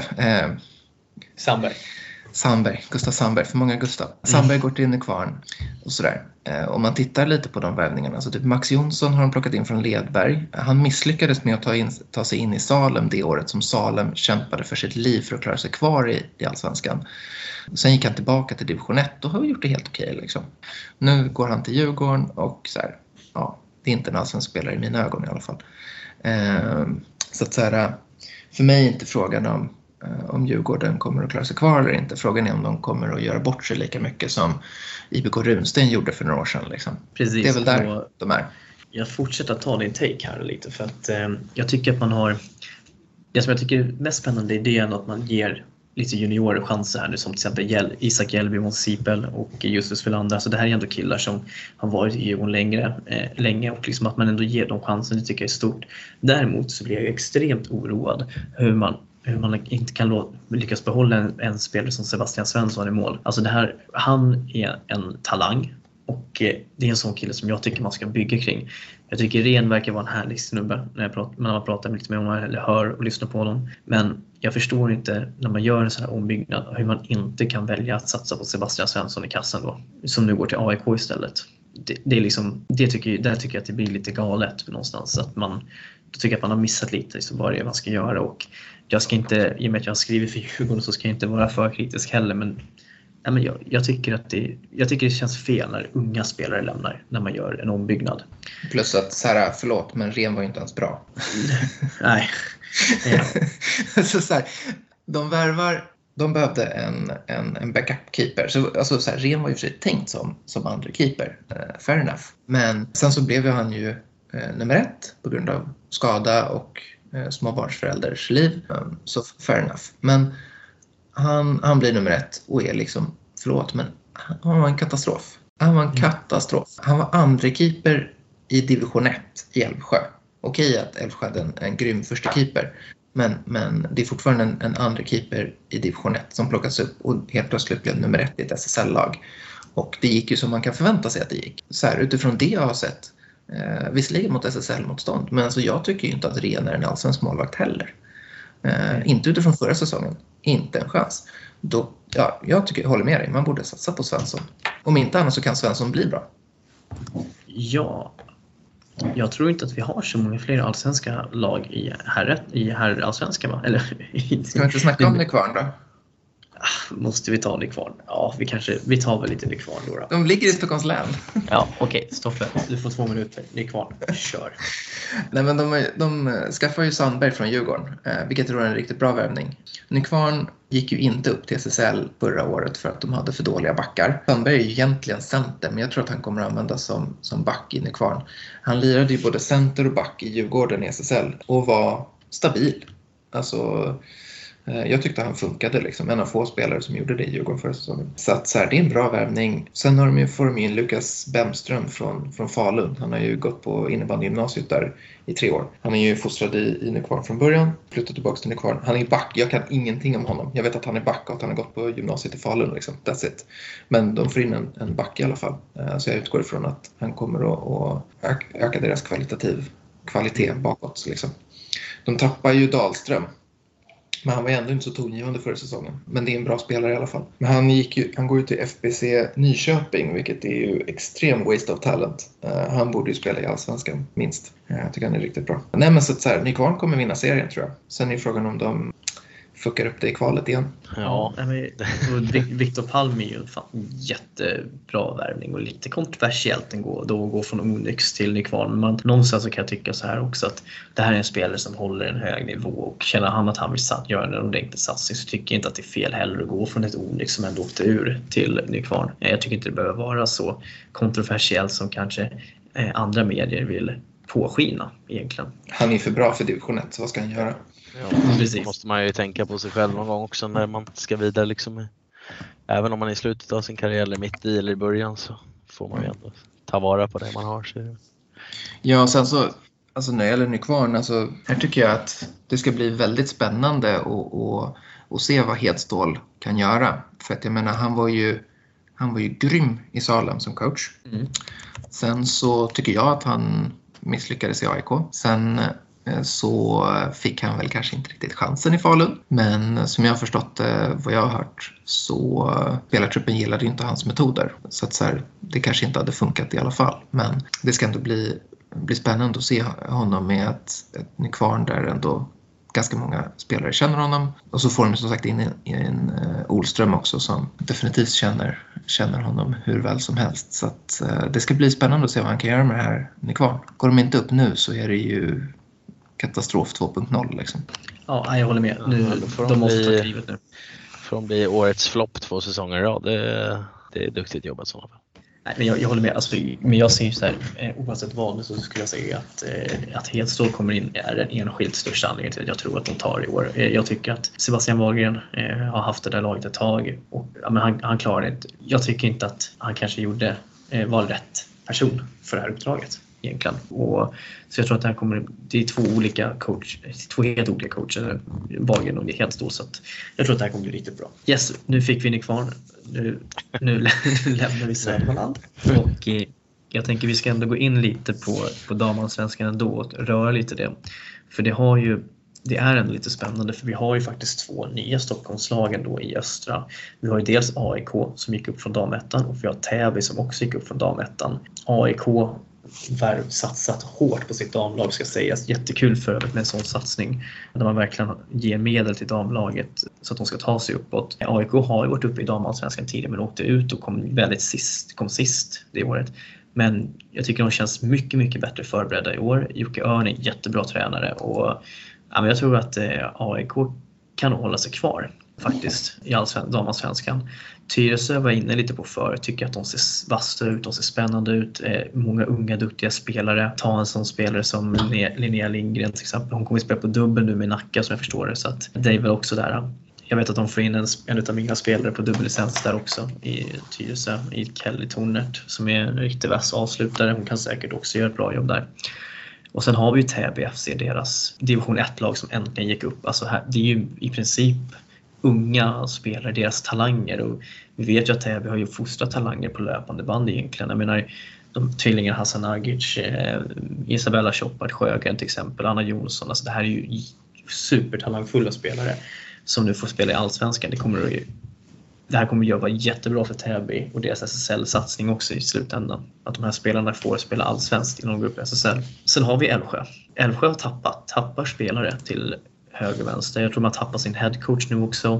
S4: Gustav Sandberg, för många Gustav. Sandberg går till Nykvarn och sådär. Om man tittar lite på de värvningarna, så typ Max Jonsson har de plockat in från Ledberg. Han misslyckades med att ta sig in i Salem det året som Salem kämpade för sitt liv för att klara sig kvar i Allsvenskan. Sen gick han tillbaka till division 1 och har gjort det helt okej liksom. Nu går han till Djurgården och så här, ja, det är inte en allsvensk spelare i mina ögon i alla fall. Så att så här, för mig är inte frågan om Djurgården kommer att klara sig kvar eller inte. Frågan är om de kommer att göra bort sig lika mycket som IBK Runsten gjorde för några år sedan liksom.
S2: Precis.
S4: Det är väl där de är.
S2: Jag fortsätter att ta din take här lite, för att jag tycker att man har, det som jag tycker är mest spännande är det att man ger lite juniorer chanser här nu, som till exempel Isak Hjellby, Måns Sipel och Justus Welander. Så det här är ändå killar som har varit i Djurgården länge, och liksom att man ändå ger dem chansen, det tycker jag är stort. Däremot så blir jag extremt oroad hur man inte kan lyckas behålla en spelare som Sebastian Svensson i mål. Alltså han är en talang, och det är en sån kille som jag tycker man ska bygga kring. Jag tycker Ren verkar vara en härlig snubbe när man pratar lite med honom eller hör och lyssnar på honom. Men jag förstår inte, när man gör en sån här ombyggnad, hur man inte kan välja att satsa på Sebastian Svensson i kassan då, som nu går till AIK istället. Det är liksom, där tycker jag att det blir lite galet någonstans, att då tycker jag att man har missat lite så vad det är man ska göra. Och jag ska inte, i och med att jag har skrivit för Djurgården, så ska jag inte vara för kritisk heller, men jag tycker det känns fel när unga spelare lämnar när man gör en ombyggnad.
S4: Plus att förlåt, men Ren var ju inte ens bra.
S2: Nej.
S4: Så de behövde en backup-keeper. Så Ren var ju för sig tänkt som andra keeper. Fair enough. Men sen så blev han ju nummer 1 på grund av skada och småbarnsförälders liv. Så fair enough. Men han blir nummer 1 och är liksom, förlåt, men han var en katastrof. Han var andra keeper i division 1 i Älvsjö. Okej att Älvsjö hade en grym första keeper. Men det är fortfarande en andra keeper i division 1 som plockas upp och helt plötsligt blev nummer 1 i ett SSL-lag. Och det gick ju som man kan förvänta sig att det gick. Så här, utifrån det jag har sett, visserligen mot SSL-motstånd, men alltså jag tycker ju inte att Ren är en allsvensk målvakt heller. Inte utifrån förra säsongen. Inte en chans. Jag håller med dig. Man borde satsa på Svensson. Om inte annat så kan Svensson bli bra.
S2: Ja. Jag tror inte att vi har så många fler allsvenska lag i herrallsvenskan, va? Eller,
S4: ska vi inte snacka om Nykvarn då?
S2: Måste vi ta Nykvarn? Ja, vi tar väl lite Nykvarn då.
S4: De ligger i Stockholms län.
S2: Ja, okej. Stoffe, du får 2 minuter. Nykvarn, kör.
S4: Nej, men de skaffar ju Sandberg från Djurgården, vilket tror jag är en riktigt bra värvning. Nykvarn gick ju inte upp till SSL förra året för att de hade för dåliga backar. Sandberg är ju egentligen center, men jag tror att han kommer att användas som back i Nykvarn. Han lirade ju både center och back i Djurgården i SSL och var stabil. Alltså, jag tyckte han funkade liksom. En av få spelare som gjorde det i Djurgården förra säsongen. Så att det är en bra värvning. Sen får de in Lukas Bemström från Falun. Han har ju gått på innebandygymnasiet där i 3 år. Han är ju fostrad i Nykvarn från början. Flyttat tillbaka till Nykvarn. Han är back. Jag kan ingenting om honom. Jag vet att han är back och att han har gått på gymnasiet i Falun. Liksom. That's it. Men de får in en back i alla fall. Så jag utgår ifrån att han kommer att öka deras kvalitet bakåt. Liksom. De tappar ju Dahlström. Men han var ändå inte så tongivande förra säsongen. Men det är en bra spelare i alla fall. Men han går ju till FBC Nyköping, vilket är ju extrem waste of talent. Han borde ju spela i Allsvenskan minst. Jag tycker han är riktigt bra. Nej, men så här, Nykvarn kommer vinna serien tror jag. Sen är frågan om de fuckar upp det i kvalet igen.
S2: Ja, Viktor Palm är ju en jättebra värvning och lite kontroversiellt att gå från Onyx till Nykvarn. Men någonstans så kan jag tycka så här också att det här är en spelare som håller en hög nivå och känner han att han vill göra en ordentlig satsning så tycker jag inte att det är fel heller att gå från ett Onyx som ändå åkte ur till Nykvarn. Jag tycker inte det behöver vara så kontroversiellt som kanske andra medier vill påskina egentligen.
S4: Han är för bra för division 1, så vad ska han göra?
S3: Ja, precis. Måste man ju tänka på sig själv någon gång också när man ska vidare liksom. Även om man är i slutet av sin karriär eller mitt i eller i början så får man ju ändå ta vara på det man har. Så.
S4: Ja, sen så alltså när det gäller Nykvarn, alltså, här tycker jag att det ska bli väldigt spännande att se vad Hedstål kan göra. För att jag menar, han var ju grym i Salem som coach. Sen så tycker jag att han misslyckades i AIK. Sen så fick han väl kanske inte riktigt chansen i Falun. Men som jag har förstått vad jag har hört så spelartruppen gillade inte hans metoder. Så att så här, det kanske inte hade funkat i alla fall. Men det ska ändå bli spännande att se honom med ett Nykvarn där ändå ganska många spelare känner honom. Och så får de som sagt in en Olström också som definitivt känner honom hur väl som helst. Så att det ska bli spännande att se vad han kan göra med det här Nykvarn. Går de inte upp nu så är det ju katastrof 2.0 liksom.
S2: Ja, jag håller med. De måste ta klivet nu.
S3: Får de bli årets flopp 2 säsonger i rad. Det är duktigt jobbat i sådana fall.
S2: Nej, men jag håller med. Alltså, men jag ser ju så här, oavsett vad så skulle jag säga att Hedstål kommer in är den enskilt största anledningen till att jag tror att de tar i år. Jag tycker att Sebastian Wahlgren har haft det där laget ett tag och ja, men han klarar det inte. Jag tycker inte att han kanske var rätt person för det här uppdraget egentligen. Och så jag tror att det här det är två helt olika coacher, Wahlgren och Hedstål, så att jag tror att det här kommer bli riktigt bra. Yes, nu fick vi Nykvarn. Nu lämnar vi Södermanland. Och jag tänker vi ska ändå gå in lite på damallsvenskan ändå och röra lite det. För det är ändå lite spännande för vi har ju faktiskt 2 nya Stockholmslagen då i östra. Vi har ju dels AIK som gick upp från damettan och vi har Täby som också gick upp från damettan. AIK satsat hårt på sitt damlag ska sägas. Jättekul för övrigt med en sån satsning. Där man verkligen ger medel till damlaget så att de ska ta sig uppåt. AIK har ju varit uppe i damallsvenskan tidigare men åkte ut och kom sist det året. Men jag tycker de känns mycket, mycket bättre förberedda i år. Jocke Örn är jättebra tränare och ja, men jag tror att AIK kan hålla sig kvar faktiskt i damallsvenskan. Tyresö var inne lite på förut, tycker att de ser vassa ut, de ser spännande ut. Många unga duktiga spelare. Ta en sån spelare som Linnea Lindgren till exempel. Hon kommer att spela på dubbel nu med Nacka som jag förstår det. Så att det är väl också där. Jag vet att de får in en av mina spelare på dubbellicens där också i Tyresö. I Kelly Tornert som är en riktigt vass avslutare. Hon kan säkert också göra ett bra jobb där. Och sen har vi ju Täby FC, deras division 1-lag som äntligen gick upp. Alltså här, det är ju i princip unga spelare, deras talanger. Och vi vet ju att Täby har ju fostrat talanger på löpande band egentligen. Jag menar, tvillingar Hassan Agic, Isabella Choppard Sjögren till exempel, Anna Jonsson. Alltså det här är ju supertalangfulla spelare som nu får spela i Allsvenskan. Det här kommer att vara jättebra för Täby och deras SSL-satsning också i slutändan. Att de här spelarna får spela allsvenskt inom gruppen SSL. Sen har vi Älvsjö. Älvsjö har tappar spelare till höger och vänster. Jag tror man tappar sin headcoach nu också.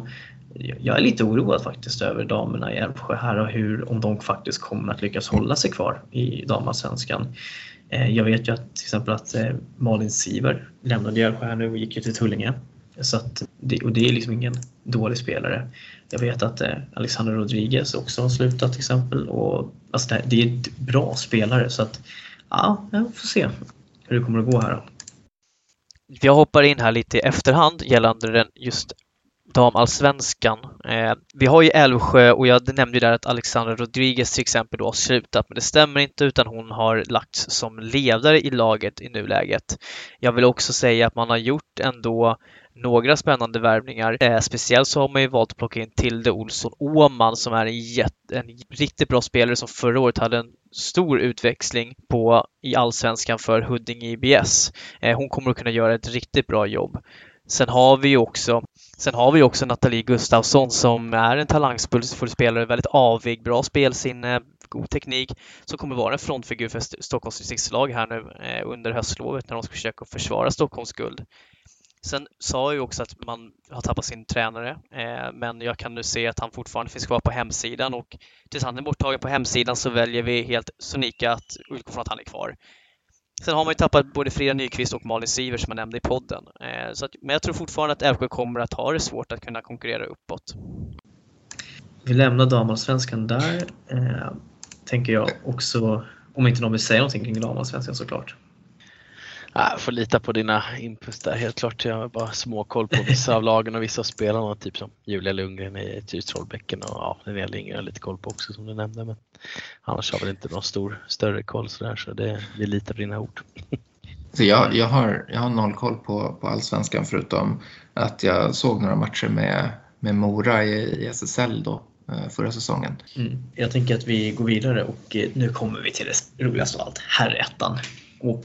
S2: jag är lite oroad faktiskt över damerna i Älvsjö här och om de faktiskt kommer att lyckas hålla sig kvar i damallsvenskan. Jag vet ju att till exempel att Malin Siver lämnade Älvsjö här nu och gick ju till Tullinge. Så att det är liksom ingen dålig spelare. Jag vet att Alexander Rodriguez också har slutat till exempel. Och, alltså det är bra spelare så att ja, jag får se hur det kommer att gå här då.
S1: Jag hoppar in här lite i efterhand gällande den just damallsvenskan. Vi har ju Älvsjö och jag nämnde ju där att Alexandra Rodriguez till exempel då har slutat, men det stämmer inte utan hon har lagts som ledare i laget i nuläget. Jag vill också säga att man har gjort ändå några spännande värvningar. Speciellt så har man ju valt att plocka in Tilde Olsson Åman som är en riktigt bra spelare som förra året hade en stor utväxling i allsvenskan för Huddinge IBS. Hon kommer att kunna göra ett riktigt bra jobb. Sen har vi också Nathalie Gustafsson som är en talangfull spelare, väldigt avig, bra spelsinne, god teknik, som kommer vara en frontfigur för Stockholms distriktslag här nu under höstlovet när de ska försöka försvara Stockholms guld. Sen sa jag ju också att man har tappat sin tränare, men jag kan nu se att han fortfarande finns kvar på hemsidan och tills han är borttagen på hemsidan så väljer vi helt sonika att utgå från att han är kvar. Sen har man ju tappat både Frida Nyqvist och Malin Siver som jag nämnde i podden. Men jag tror fortfarande att Älvsjö kommer att ha det svårt att kunna konkurrera uppåt.
S2: Vi lämnar damallsvenskan där. Tänker jag också, om inte någon vill säga någonting kring damallsvenskan såklart.
S3: Jag får lita på dina inputs där, helt klart. Jag har bara små koll på vissa av lagen och vissa av spelarna, typ som Julia Lundgren i Trollbäcken och Linnea Lindgren har lite koll på också som du nämnde, men annars har väl inte någon större koll sådär, så vi litar på dina ord.
S4: Så jag har noll koll på allsvenskan förutom att jag såg några matcher med Mora i SSL då förra säsongen.
S2: Jag tänker att vi går vidare och nu kommer vi till det roligaste av allt, herrettan. Och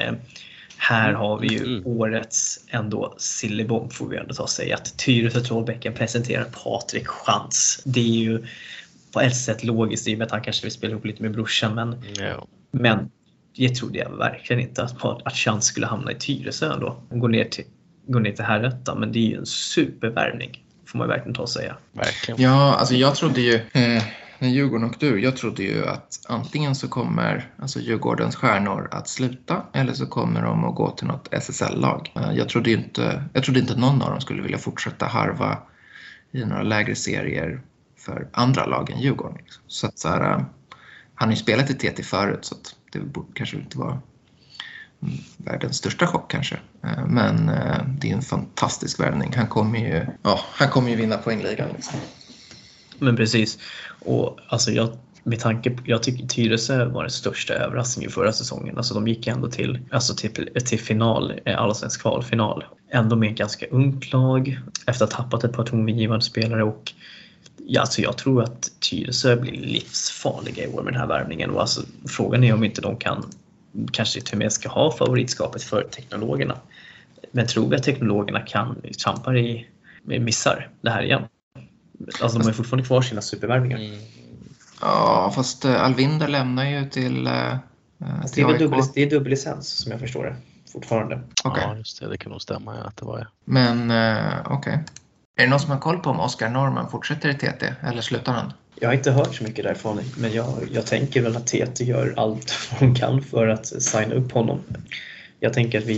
S2: här har vi ju årets ändå sillebomb får vi ändå ta och säga att Tyresö Trollbäcken presenterar Patrik Schantz. Det är ju på ett sätt logiskt i och med att han kanske vill spela ihop lite med brorsan, men jag trodde jag verkligen inte att Schantz skulle hamna i Tyresö ändå. Gå ner till herrettan, men det är ju en supervärvning får man verkligen ta och säga.
S3: Verkligen.
S4: Ja, alltså jag trodde ju när Djurgården åkte ur, jag trodde ju att antingen så kommer alltså Djurgårdens stjärnor att sluta eller så kommer de att gå till något SSL-lag. Jag trodde inte att någon av dem skulle vilja fortsätta harva i några lägre serier för andra lag än Djurgården. Liksom. Så att han har ju spelat i TT förut så att det kanske inte var världens största chock kanske. Men det är en fantastisk värvning. Han kommer ju vinna poängligan liksom. Men precis. Och alltså jag tycker Tyresö var den största överraskningen förra säsongen. Alltså de gick ändå till final, allsvensk kvalfinal. Ändå med ett ganska ungt lag efter att ha tappat ett par tongivande spelare och jag tror att Tyresö blir livsfarliga i år med den här värvningen. Och alltså, frågan är om inte de kanske till och med ska ha favoritskapet för teknologerna. Men tror vi att teknologerna kan champa i missar det här igen? Alltså de har ju fortfarande kvar sina supervärvningar. Ja, fast Alvinder lämnar ju till
S2: det är dubbellicens som jag förstår det fortfarande.
S4: Okay.
S3: Ja, just det kan nog stämma att det var det.
S4: Men okej. Är det någon som har koll på om Oskar Norman fortsätter i TT eller slutar han?
S2: Jag har inte hört så mycket därifrån, men jag tänker väl att TT gör allt de kan för att signa upp honom. Jag tänker att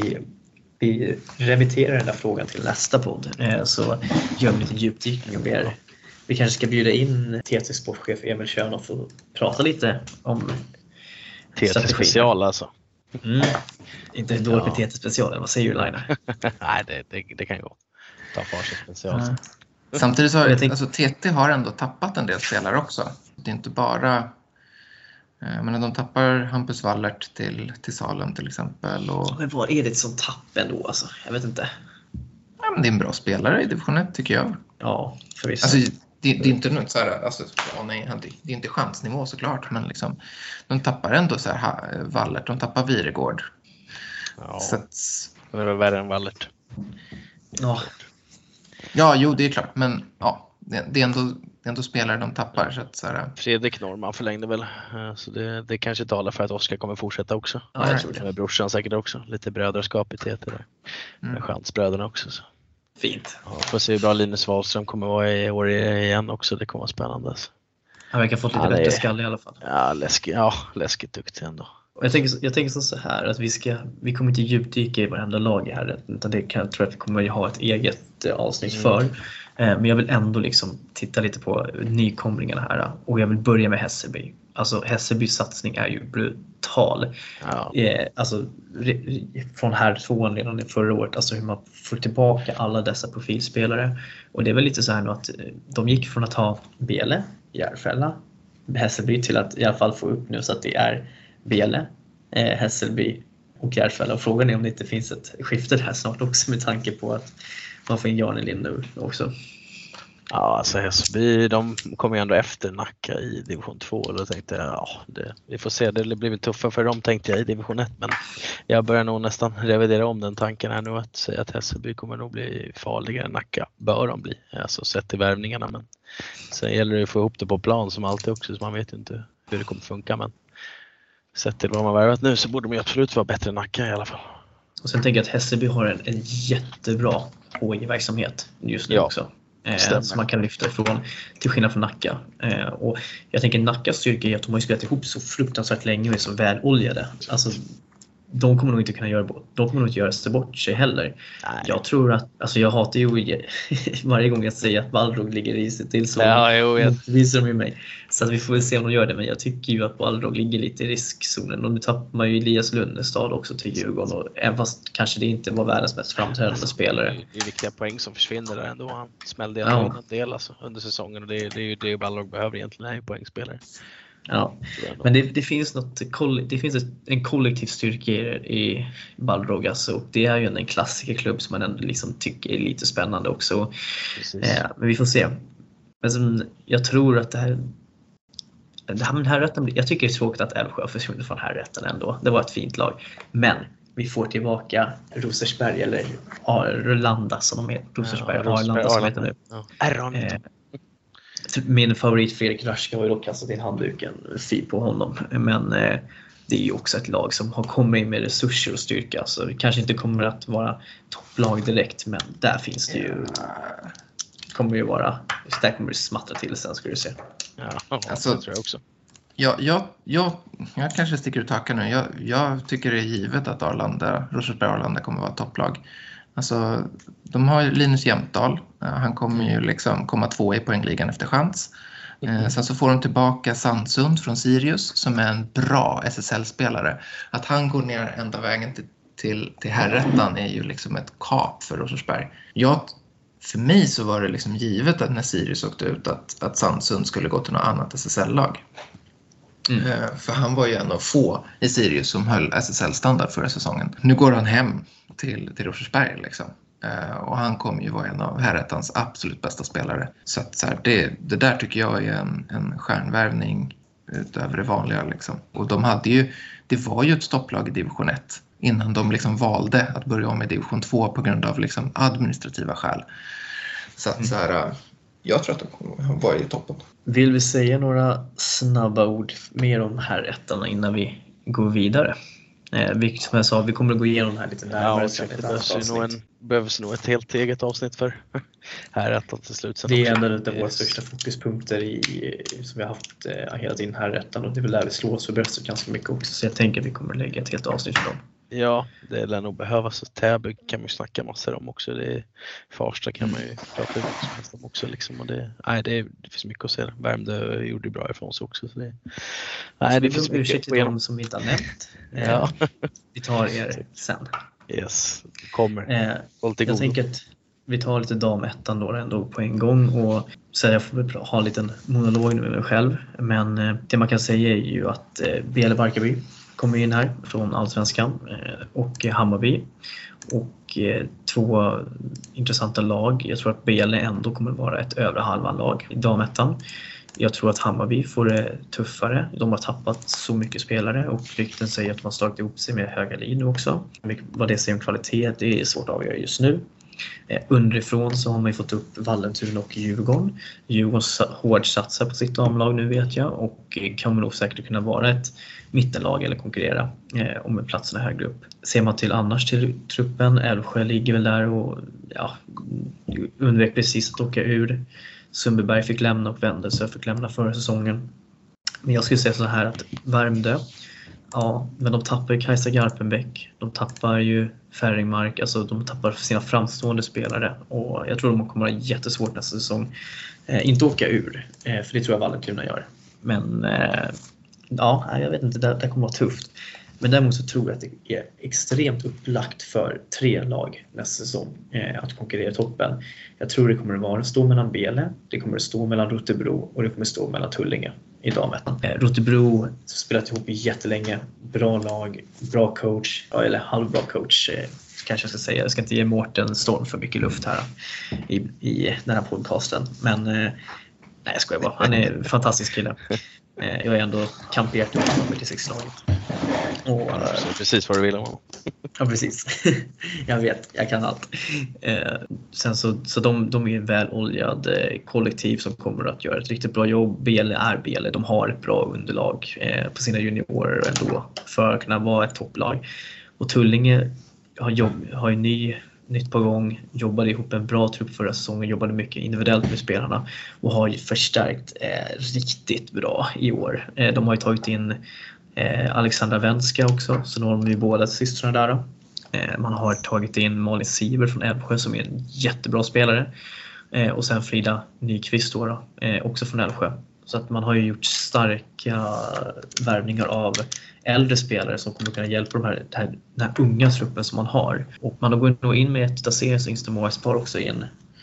S2: vi remitterar den där frågan till nästa podd, så gör vi lite djupdykning om det. Vi kanske ska bjuda in TT sportchef Emil Schön för att prata lite om
S3: TT special alltså.
S2: Inte dåligt med TT special, vad säger du Laina?
S3: Nej, det kan gå. Ta för sig special.
S4: Samtidigt så alltså, TT har ändå tappat en del spelare också. Det är inte bara men de tappar Hampus Wallert till Salem till exempel.
S2: Men vad är det som tapp ändå? Alltså? Jag vet inte.
S4: Ja, men det är en bra spelare i division 1 tycker jag.
S2: Ja, förvisso.
S4: Alltså, det är inte något så här, alltså, det är inte chansnivå såklart, men liksom, de tappar ändå så här Wallert, de tappar Viregård.
S3: Ja,
S4: så att,
S3: det är värre än Wallert.
S4: Ja, jo det är klart, men ja, det är ändå spelare de tappar. Så att, så här,
S3: Fredrik Norman förlängde väl, så det kanske talar för att Oskar kommer fortsätta också.
S2: Ja, jag tror det.
S3: Med brorsan säkert också, lite brödraskap i TT där. Med chansbröderna också. Så.
S2: Fint.
S3: Ja, får se hur bra Linus Wahlström kommer vara i år igen också. Det kommer vara spännande.
S2: Han verkar ha fått lite bättre skall i alla fall.
S3: Ja, läskigt duktig ändå.
S2: Och jag tänker så här att vi kommer inte djupdyka i varenda lag här, utan det tror jag att vi kommer ha ett eget avsnitt för. Men jag vill ändå liksom titta lite på nykomlingarna här, och jag vill börja med Hässelby. Alltså Hässelbys satsning är ju brutal.
S3: Ja.
S2: Alltså från här 2 redan förra året, alltså hur man får tillbaka alla dessa profilspelare. Och det är väl lite så här nu att de gick från att ha Bele, Järfälla, Hässelby till att i alla fall få upp nu så att det är Bele, Hässelby och Järfälla. Och frågan är om det inte finns ett skifte där snart också, med tanke på att man får in Janelin nu också.
S3: Ja, alltså Hässelby, de kommer ju ändå efter Nacka i division 2, och då tänkte jag, vi får se, det blir väl tuffare för dem, tänkte jag, i division 1, men jag börjar nog nästan revidera om den tanken här nu, att säga att Hässelby kommer nog bli farligare än Nacka, bör de bli, alltså sett till värvningarna, men sen gäller det att få ihop det på plan som alltid också, så man vet ju inte hur det kommer funka, men sett till vad de har värvat nu så borde de ju absolut vara bättre än Nacka i alla fall.
S2: Och sen tänker jag att Hässelby har en jättebra HI-verksamhet just nu också. Som man kan lyfta ifrån, till skillnad från Nacka. Och jag tänker Nackas styrka är att de har spelat ihop så fruktansvärt länge och är så väloljade. Alltså, de kommer nog inte kunna göra sig bort sig heller. Nej. Jag tror att, alltså jag hatar ju varje gång jag säger att Balrog ligger risigt till, så visar de ju mig. Så att vi får väl se om de gör det, men jag tycker ju att Balrog ligger lite i riskzonen. Och nu tappar man ju Elias Lundestad också till Djurgården, och även fast kanske det inte var världens mest framträdande spelare.
S3: Det är viktiga poäng som försvinner där ändå. Han smällde en del alltså, under säsongen, och det är ju det Balrog behöver egentligen, är ju poängspelare.
S2: Ja, men det finns en kollektiv styrka i Balrog, alltså, och det är ju en klassikerklubb som man ändå liksom tycker är lite spännande också. Men vi får se. Men jag tror att den här rätten, jag tycker det är tråkigt att Älvsjö försvinner från här rätten ändå. Det var ett fint lag, men vi får tillbaka Rosersberg, eller Arlanda som de heter. Rosersberg, Arlanda som heter nu.
S3: Ja.
S2: Min favorit Fredrik Raschka har ju då kastat in handduken på honom, men det är ju också ett lag som har kommit in med resurser och styrka, så det kanske inte kommer att vara topplag direkt, men där finns det ju, kommer ju vara, där kommer det smattra till sen, ska du se.
S3: Ja, alltså, det tror jag också.
S4: Jag kanske sticker ut hakan nu. Jag tycker det är givet att Rosersberg Arlanda kommer vara topplag. Alltså, de har Linus Jämtdal. Han kommer ju liksom komma 2 i poängligan efter chans. Sen så får de tillbaka Sandsund från Sirius, som är en bra SSL-spelare. Att han går ner ända vägen till herrettan är ju liksom ett kap för Rosersberg. För mig så var det liksom givet att när Sirius åkte ut att Sandsund skulle gå till något annat SSL-lag. För han var ju en av få i Sirius som höll SSL-standard förra säsongen. Nu går han hem till Rosersberg liksom. Och han kommer ju vara en av herrettans absolut bästa spelare. Så att så här, det där tycker jag är en stjärnvärvning utöver det vanliga liksom. Och det var ju ett stopplag i division 1 innan de liksom valde att börja om i division 2 på grund av liksom administrativa skäl. Så att så här, jag tror att de kommer vara i toppen.
S2: Vill vi säga några snabba ord mer om herrettarna innan vi går vidare? Som jag sa, vi kommer att gå igenom det här lite närmare.
S3: Det behövs nog ett helt eget avsnitt för herrettan till slut.
S2: Det är ändå ett av våra största fokuspunkter som vi har haft hela tiden, herrettan, och det är väl där vi slår oss för bröstet ganska mycket också. Så jag tänker att vi kommer att lägga ett helt avsnitt för dem.
S3: Ja, det lär nog behövas. Täby kan man ju snacka massor om också. Farsta kan man ju prata om också liksom. Och det finns mycket att säga. Värmdö gjorde bra ifrån sig också. Så
S2: det finns mycket till dem som vi inte har nämnt.
S3: Ja.
S2: Vi tar er sen.
S3: Yes, kommer.
S2: Jag tänker att vi tar lite damettan då ändå på en gång, och så jag får väl ha en liten monolog med mig själv. Men det man kan säga är ju att Bele Barkarby kommer in här från Allsvenskan, och Hammarby, och 2 intressanta lag. Jag tror att Bele ändå kommer vara ett övre halvan lag i damettan. Jag tror att Hammarby får det tuffare. De har tappat så mycket spelare, och rykten säger att man slagit ihop sig med Höga Lid nu också. Vad det säger om kvalitet, det är svårt att avgöra just nu. Underifrån så har man ju fått upp Vallentuna och Djurgården. Djurgården hårdsatsar på sitt damlag nu vet jag och kommer nog säkert kunna vara ett mittenlag eller konkurrera om platserna högre upp. Ser man till annars till truppen, Älvsjö ligger väl där och undvek precis att åka ur. Sundbyberg fick lämna och Vändelsö fick lämna förra säsongen. Men jag skulle säga så här att Värmdö, ja, men de tappar ju Kajsa Garpenbäck, de tappar ju Färringmark, alltså de tappar sina framstående spelare och jag tror de kommer att ha jättesvårt nästa säsong. Inte åka ur, för det tror jag Vallentuna gör. Men ja, jag vet inte, det kommer att vara tufft. Men däremot så tror jag att det är extremt upplagt för 3 lag nästa säsong att konkurrera i toppen. Jag tror det kommer att stå mellan Bele, det kommer att stå mellan Rotebro och det kommer att stå mellan Tullinge i damen. Rotebro har spelat ihop jättelänge, bra lag, bra coach, eller halvbra coach kanske jag ska säga. Jag ska inte ge Mårten Storm för mycket luft här i den här podcasten. Men nej, jag skojar bara. Han är en fantastisk kille. Jag är ändå kamperat i 46-laget. Och
S3: precis vad du vill om honom.
S2: Ja, precis. Jag vet, jag kan allt. Sen så de är en väloljad kollektiv som kommer att göra ett riktigt bra jobb. Bele är Bele. De har ett bra underlag på sina juniorer ändå för att kunna vara ett topplag. Och Tullinge har ju nytt på gång, jobbade ihop en bra trupp förra säsongen, jobbade mycket individuellt med spelarna och har ju förstärkt riktigt bra i år. De har ju tagit in Alexandra Wenska också, så nu har de ju båda systrarna där. Man har tagit in Malin Siver från Älvsjö som är en jättebra spelare. Och sen Frida Nyqvist då, också från Älvsjö. Så att man har ju gjort starka värvningar av äldre spelare som kommer kunna hjälpa den här unga truppen som man har. Och man har gått in med ett av seriens yngsta målvaktspar också in.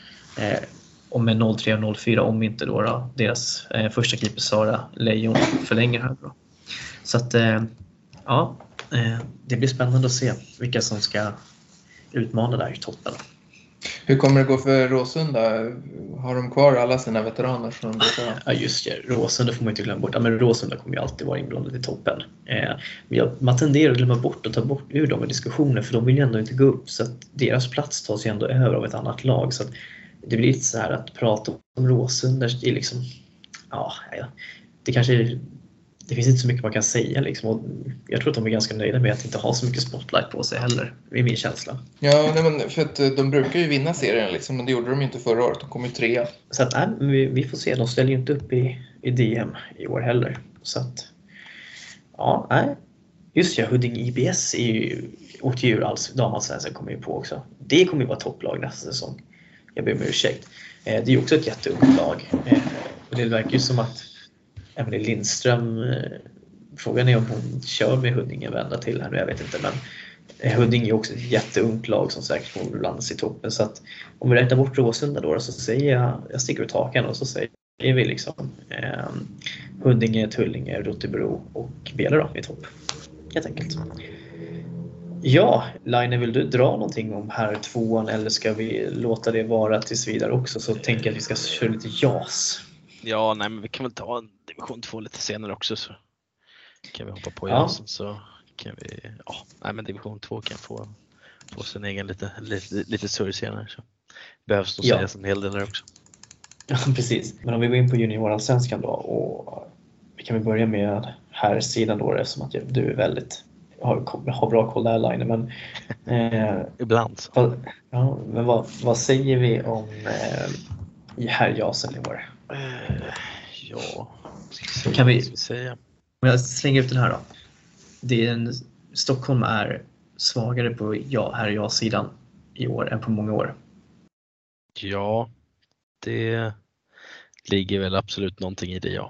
S2: Och med 03 och 04 om inte då deras första keeper Sara Lejon förlänger här då. Så att ja, det blir spännande att se vilka som ska utmana där i toppen.
S4: Hur kommer det gå för Råsunda? Har de kvar alla sina veteraner från början?
S2: Ja just det, Råsunda får man inte glömma bort. Ja, men Råsunda kommer ju alltid vara inblandad i toppen. Men man tenderar att glömma bort och ta bort ur dem i diskussioner för de vill ju ändå inte gå upp. Så att deras plats tas ju ändå över av ett annat lag. Så att det blir lite så här att prata om Råsunda är liksom... Ja, det kanske... Det finns inte så mycket man kan säga liksom. Och jag tror att de är ganska nöjda med att inte ha så mycket spotlight på sig heller. Det är min känsla.
S4: Ja, nej, men för att de brukar ju vinna serien liksom, men det gjorde de ju inte förra året. De kom ju 3.
S2: Så att vi får se. De ställer ju inte upp i DM i år heller. Så att ja, nej. Just ja, Huddinge IBS är ju åkte ju damallsvenskan kommer ju på också. Det kommer ju vara topplag nästa säsong. Jag ber om ursäkt. Det är ju också ett jätteungt lag. Och det verkar ju som att Emelie Lindström, frågan är om hon kör med Huddinge vända till här nu, jag vet inte, men Huddinge är också ett jätteungt lag som säkert kommer att landas i toppen, så att om vi räknar bort Råsunda då så säger jag sticker ut hakan och så säger vi liksom Huddinge, Tullinge, Rotebro och Bele då i topp, helt enkelt. Ja, Line, vill du dra någonting om här 2:an eller ska vi låta det vara tills vidare också, så tänker jag att vi ska köra lite JAS.
S3: Ja, nej, men vi kan väl ta en division 2 lite senare också, så kan vi hoppa på JASen, så kan vi, nej, men division 2 kan få sin egen lite större senare, så behövs nog sägas en hel del där också.
S2: Ja, precis. Men om vi går in på juniorallsvenskan då, och vi kan väl börja med här sidan då, eftersom att du är väldigt har bra koll där, Line, men
S3: ibland.
S2: Men vad säger vi om här JASen i år? Kan vi
S3: säga?
S2: Om jag slänger ut den här då. Stockholm är svagare på här JAS-sidan i år än på många år.
S3: Ja, det ligger väl absolut någonting i det, ja.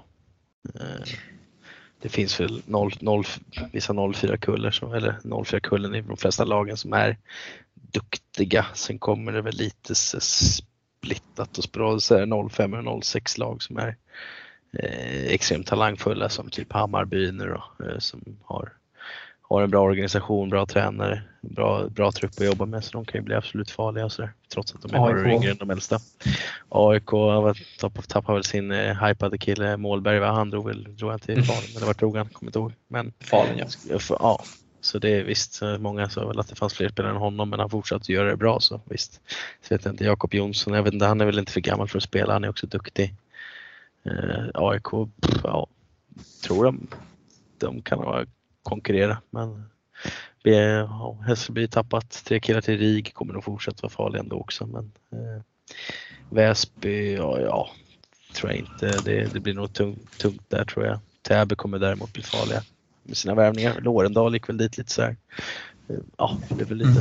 S3: Det finns väl vissa 04-kullar eller 04-kullen i de flesta lagen som är duktiga. Sen kommer det väl lite splittat och bra, så är 05 och 06 lag som är extremt talangfulla, som typ Hammarby nu då, som har en bra organisation, bra tränare, bra trupp att jobba med, så de kan ju bli absolut farliga och så där, trots att de är några yngre än de äldsta. AIK tappar väl sin hypade kille Målberg, han drog han till Falun, eller vart drog han, kommer inte ihåg. Men
S2: Falun, ja.
S3: Så det är visst, många sa väl att det fanns fler spelare än honom, men han fortsatte att göra det bra, så visst. Så vet jag inte, Jakob Jonsson, jag vet inte, han är väl inte för gammal för att spela, han är också duktig. AIK, ja, tror de kan konkurrera, men Hässelby tappat 3 killar till RIG, kommer nog fortsätta vara farlig ändå också, men Väsby, ja, tror jag inte, det blir nog tungt där, tror jag. Täby kommer däremot bli farliga med sina värvningar. Lårendal gick väl dit lite så här. Ja, det är väl lite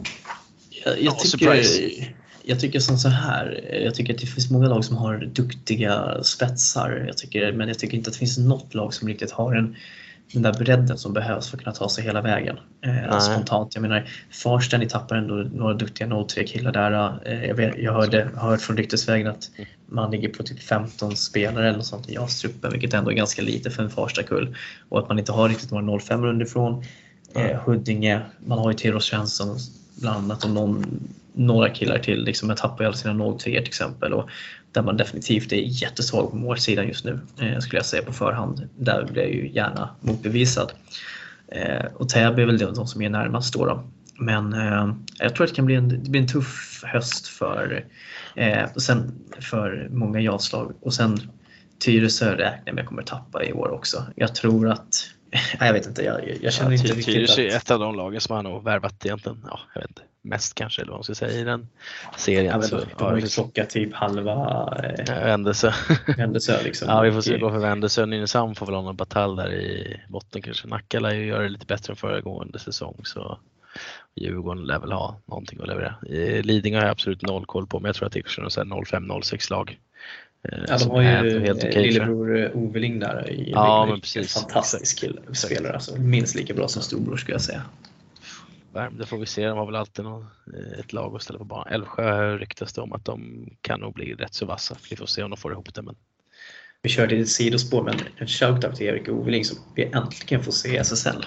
S2: jag tycker som så här. Jag tycker att det finns många lag som har duktiga spetsar. Men jag tycker inte att det finns något lag som riktigt har den där bredden som behövs för att kunna ta sig hela vägen. Spontant. Jag menar, Farsten, ni tappar ändå några duktiga 0-3 killar där. Jag har hört från ryktesvägen att man ligger på typ 15 spelare eller något sånt i JAS-truppen, vilket ändå är ganska lite för en Farsta-kull. Och att man inte har riktigt några 05 underifrån. Huddinge, man har ju Theodor Svensson bland annat och några killar till. Liksom, jag tappar ju alla sina 0-3 till exempel. Och där man definitivt är jättesvag på målsidan just nu, skulle jag säga på förhand. Där blir jag ju gärna motbevisad. Och Täby är väl de som är närmast då. Men jag tror att det kan bli en tuff höst för många JAS-lag. Och sen Tyresö räknar med kommer tappa i år också. Jag tror att jag vet inte, jag känner inte riktigt
S3: Tyresö är ett av de lagen som har nog värvat egentligen, jag vet inte, mest kanske, eller vad man ska säga, i den serien.
S2: De har ju plockat typ halva
S3: Vändelse
S2: liksom.
S3: Ja, vi får se, gå för Vändelse. Nynäshamn får väl ha någon batalj där i botten kanske. Nacka lär ju göra det lite bättre än föregående säsong, så Djurgården lär väl ha någonting att leverera. Lidingö har jag absolut noll koll på, men jag tror att det är 05-06 lag.
S2: Ja, de har ju lillebror Oveling där i
S3: men precis.
S2: Fantastisk spelare, alltså minst lika bra som storbror skulle jag säga.
S3: Det får vi se, de har väl alltid ett lag att ställa på banan. Älvsjö ryktas det om att de kan nog bli rätt så vassa. Vi får se om de får ihop det. Men...
S2: Vi körde ett sidospår, men en shoutout till Erik Oveling som vi äntligen får se i SSL.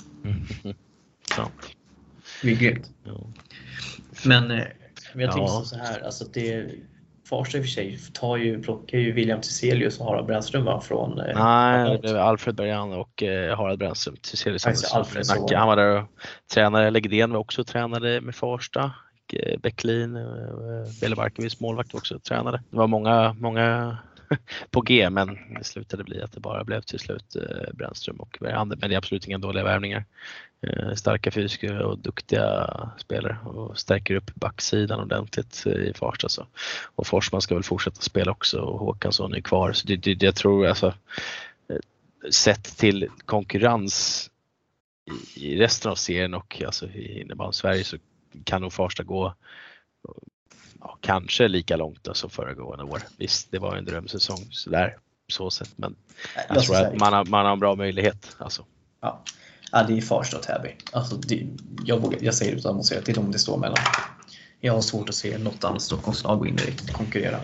S3: Ja.
S2: Det är grymt.
S3: Ja.
S2: Men jag tänker så här, alltså det Farsta i och för sig plockar ju William Tiselius och Harald Brännström från...
S3: Nej, det blev Alfred Bergan och Harald Brännström. Tiselius
S2: Nacka.
S3: Han var där och tränade. Legren var också tränare med Farsta. Bäcklin, Belle Barkevids målvakt också tränade. Det var många på G, men det slutade bli att det bara blev till slut Brännström och Bergan. Men det är absolut inga dåliga värvningar. Starka fysiska och duktiga spelare och stärker upp backsidan ordentligt i Farsta. Så. Och Forsman ska väl fortsätta spela också och Håkansson är kvar. Så jag tror alltså, sett till konkurrens i resten av serien och alltså i innebandy Sverige, så kan nog Farsta gå kanske lika långt som föregående år. Visst, det var en drömsäsong så sett, men jag tror att man har en bra möjlighet alltså.
S2: Ja, det är Farsta och Täby. Alltså, jag säger utan att säga att det är de det står mellan. Jag har svårt att se något annat Stockholmslag gå in och riktigt konkurrera.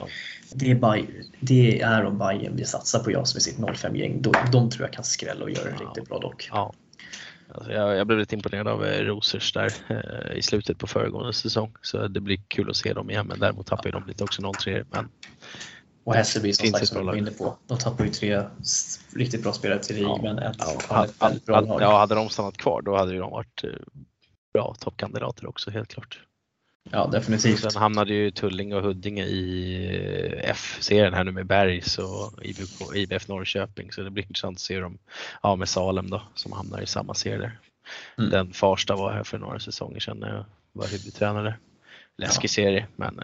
S2: Det är om Bayern vi satsar på JAS med sitt 05-gäng. De tror jag kan skrälla och göra det riktigt bra dock.
S3: Ja. Alltså jag blev lite imponerad av Rosers där i slutet på föregående säsong. Så det blir kul att se dem igen. Men däremot tappar de lite också 0-3. Men...
S2: Och Hässelby som sagt som var inne på. De tappar ju 3 riktigt bra spelare till RIG, men ett bra lag.
S3: Hade de stannat kvar då hade ju de varit bra toppkandidater också, helt klart.
S2: Ja, definitivt.
S3: Sen hamnade ju Tullinge och Huddinge i F-serien här nu med Bergs och IBF Norrköping, så det blir intressant att se dem med Salem då, som hamnar i samma serie där. Den Farsta var här för några säsonger sedan när jag var huvudtränare. Läskig serie, men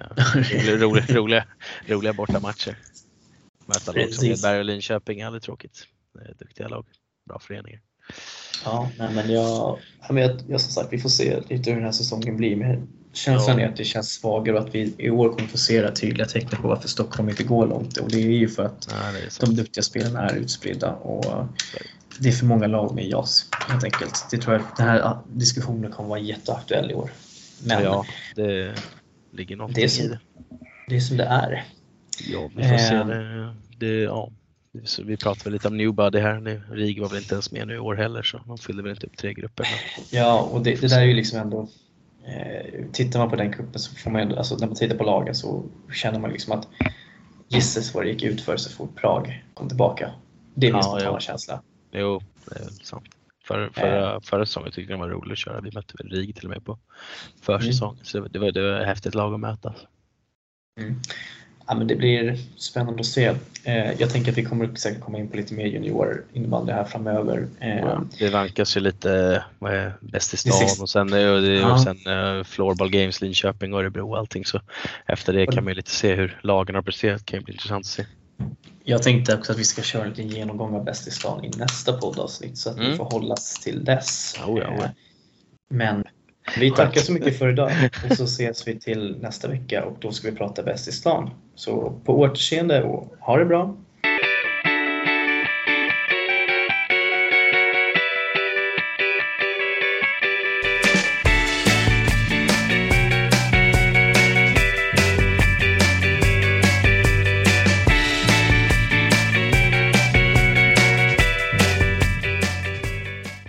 S3: roliga bortamatcher. Möta lag som Edberg och Linköping är aldrig tråkigt. Duktiga lag, bra föreningar.
S2: Ja, men jag som sagt, vi får se lite hur den här säsongen blir. Men känslan är att det känns svagare och att vi i år kommer få se tydliga tecken på varför Stockholm inte går långt. Och det är ju för att de duktiga spelarna är utspridda och det är för många lag med JAS helt enkelt. Det tror jag att den här diskussionen kommer vara jätteaktuell i år. Men
S3: det ligger något i det.
S2: Det är som det är.
S3: Ja, vi får se det. Vi pratade väl lite om Newbody här. RIG var väl inte ens med nu i år heller, så de fyllde väl inte upp 3 grupper.
S2: Ja, och det där är ju liksom ändå... tittar man på den kuppen så får man ändå, alltså när man tittar på lagen så känner man liksom att gisses vad det gick ut för så fort Prag kom tillbaka. Det är min spontana känsla.
S3: Jo, det är sant. Förra säsongen tyckte jag det var roligt att köra. Vi mötte väl RIG till och med på försäsongen. Så det var häftigt lag att möta.
S2: Ja, men det blir spännande att se. Jag tänker att vi kommer säkert komma in på lite mer junior innebandy här framöver.
S3: Det vankas ju lite bäst i stan och sen Floorball Games, Linköping och Örebro och allting. Så efter det kan man ju lite se hur lagen har presterat. Det kan bli intressant att se.
S2: Jag tänkte också att vi ska köra en genomgång av bäst i stan i nästa poddavsnitt så att vi får hållas till dess. Men vi tackar så mycket för idag och så ses vi till nästa vecka och då ska vi prata bäst i stan. Så på återseende och ha det bra!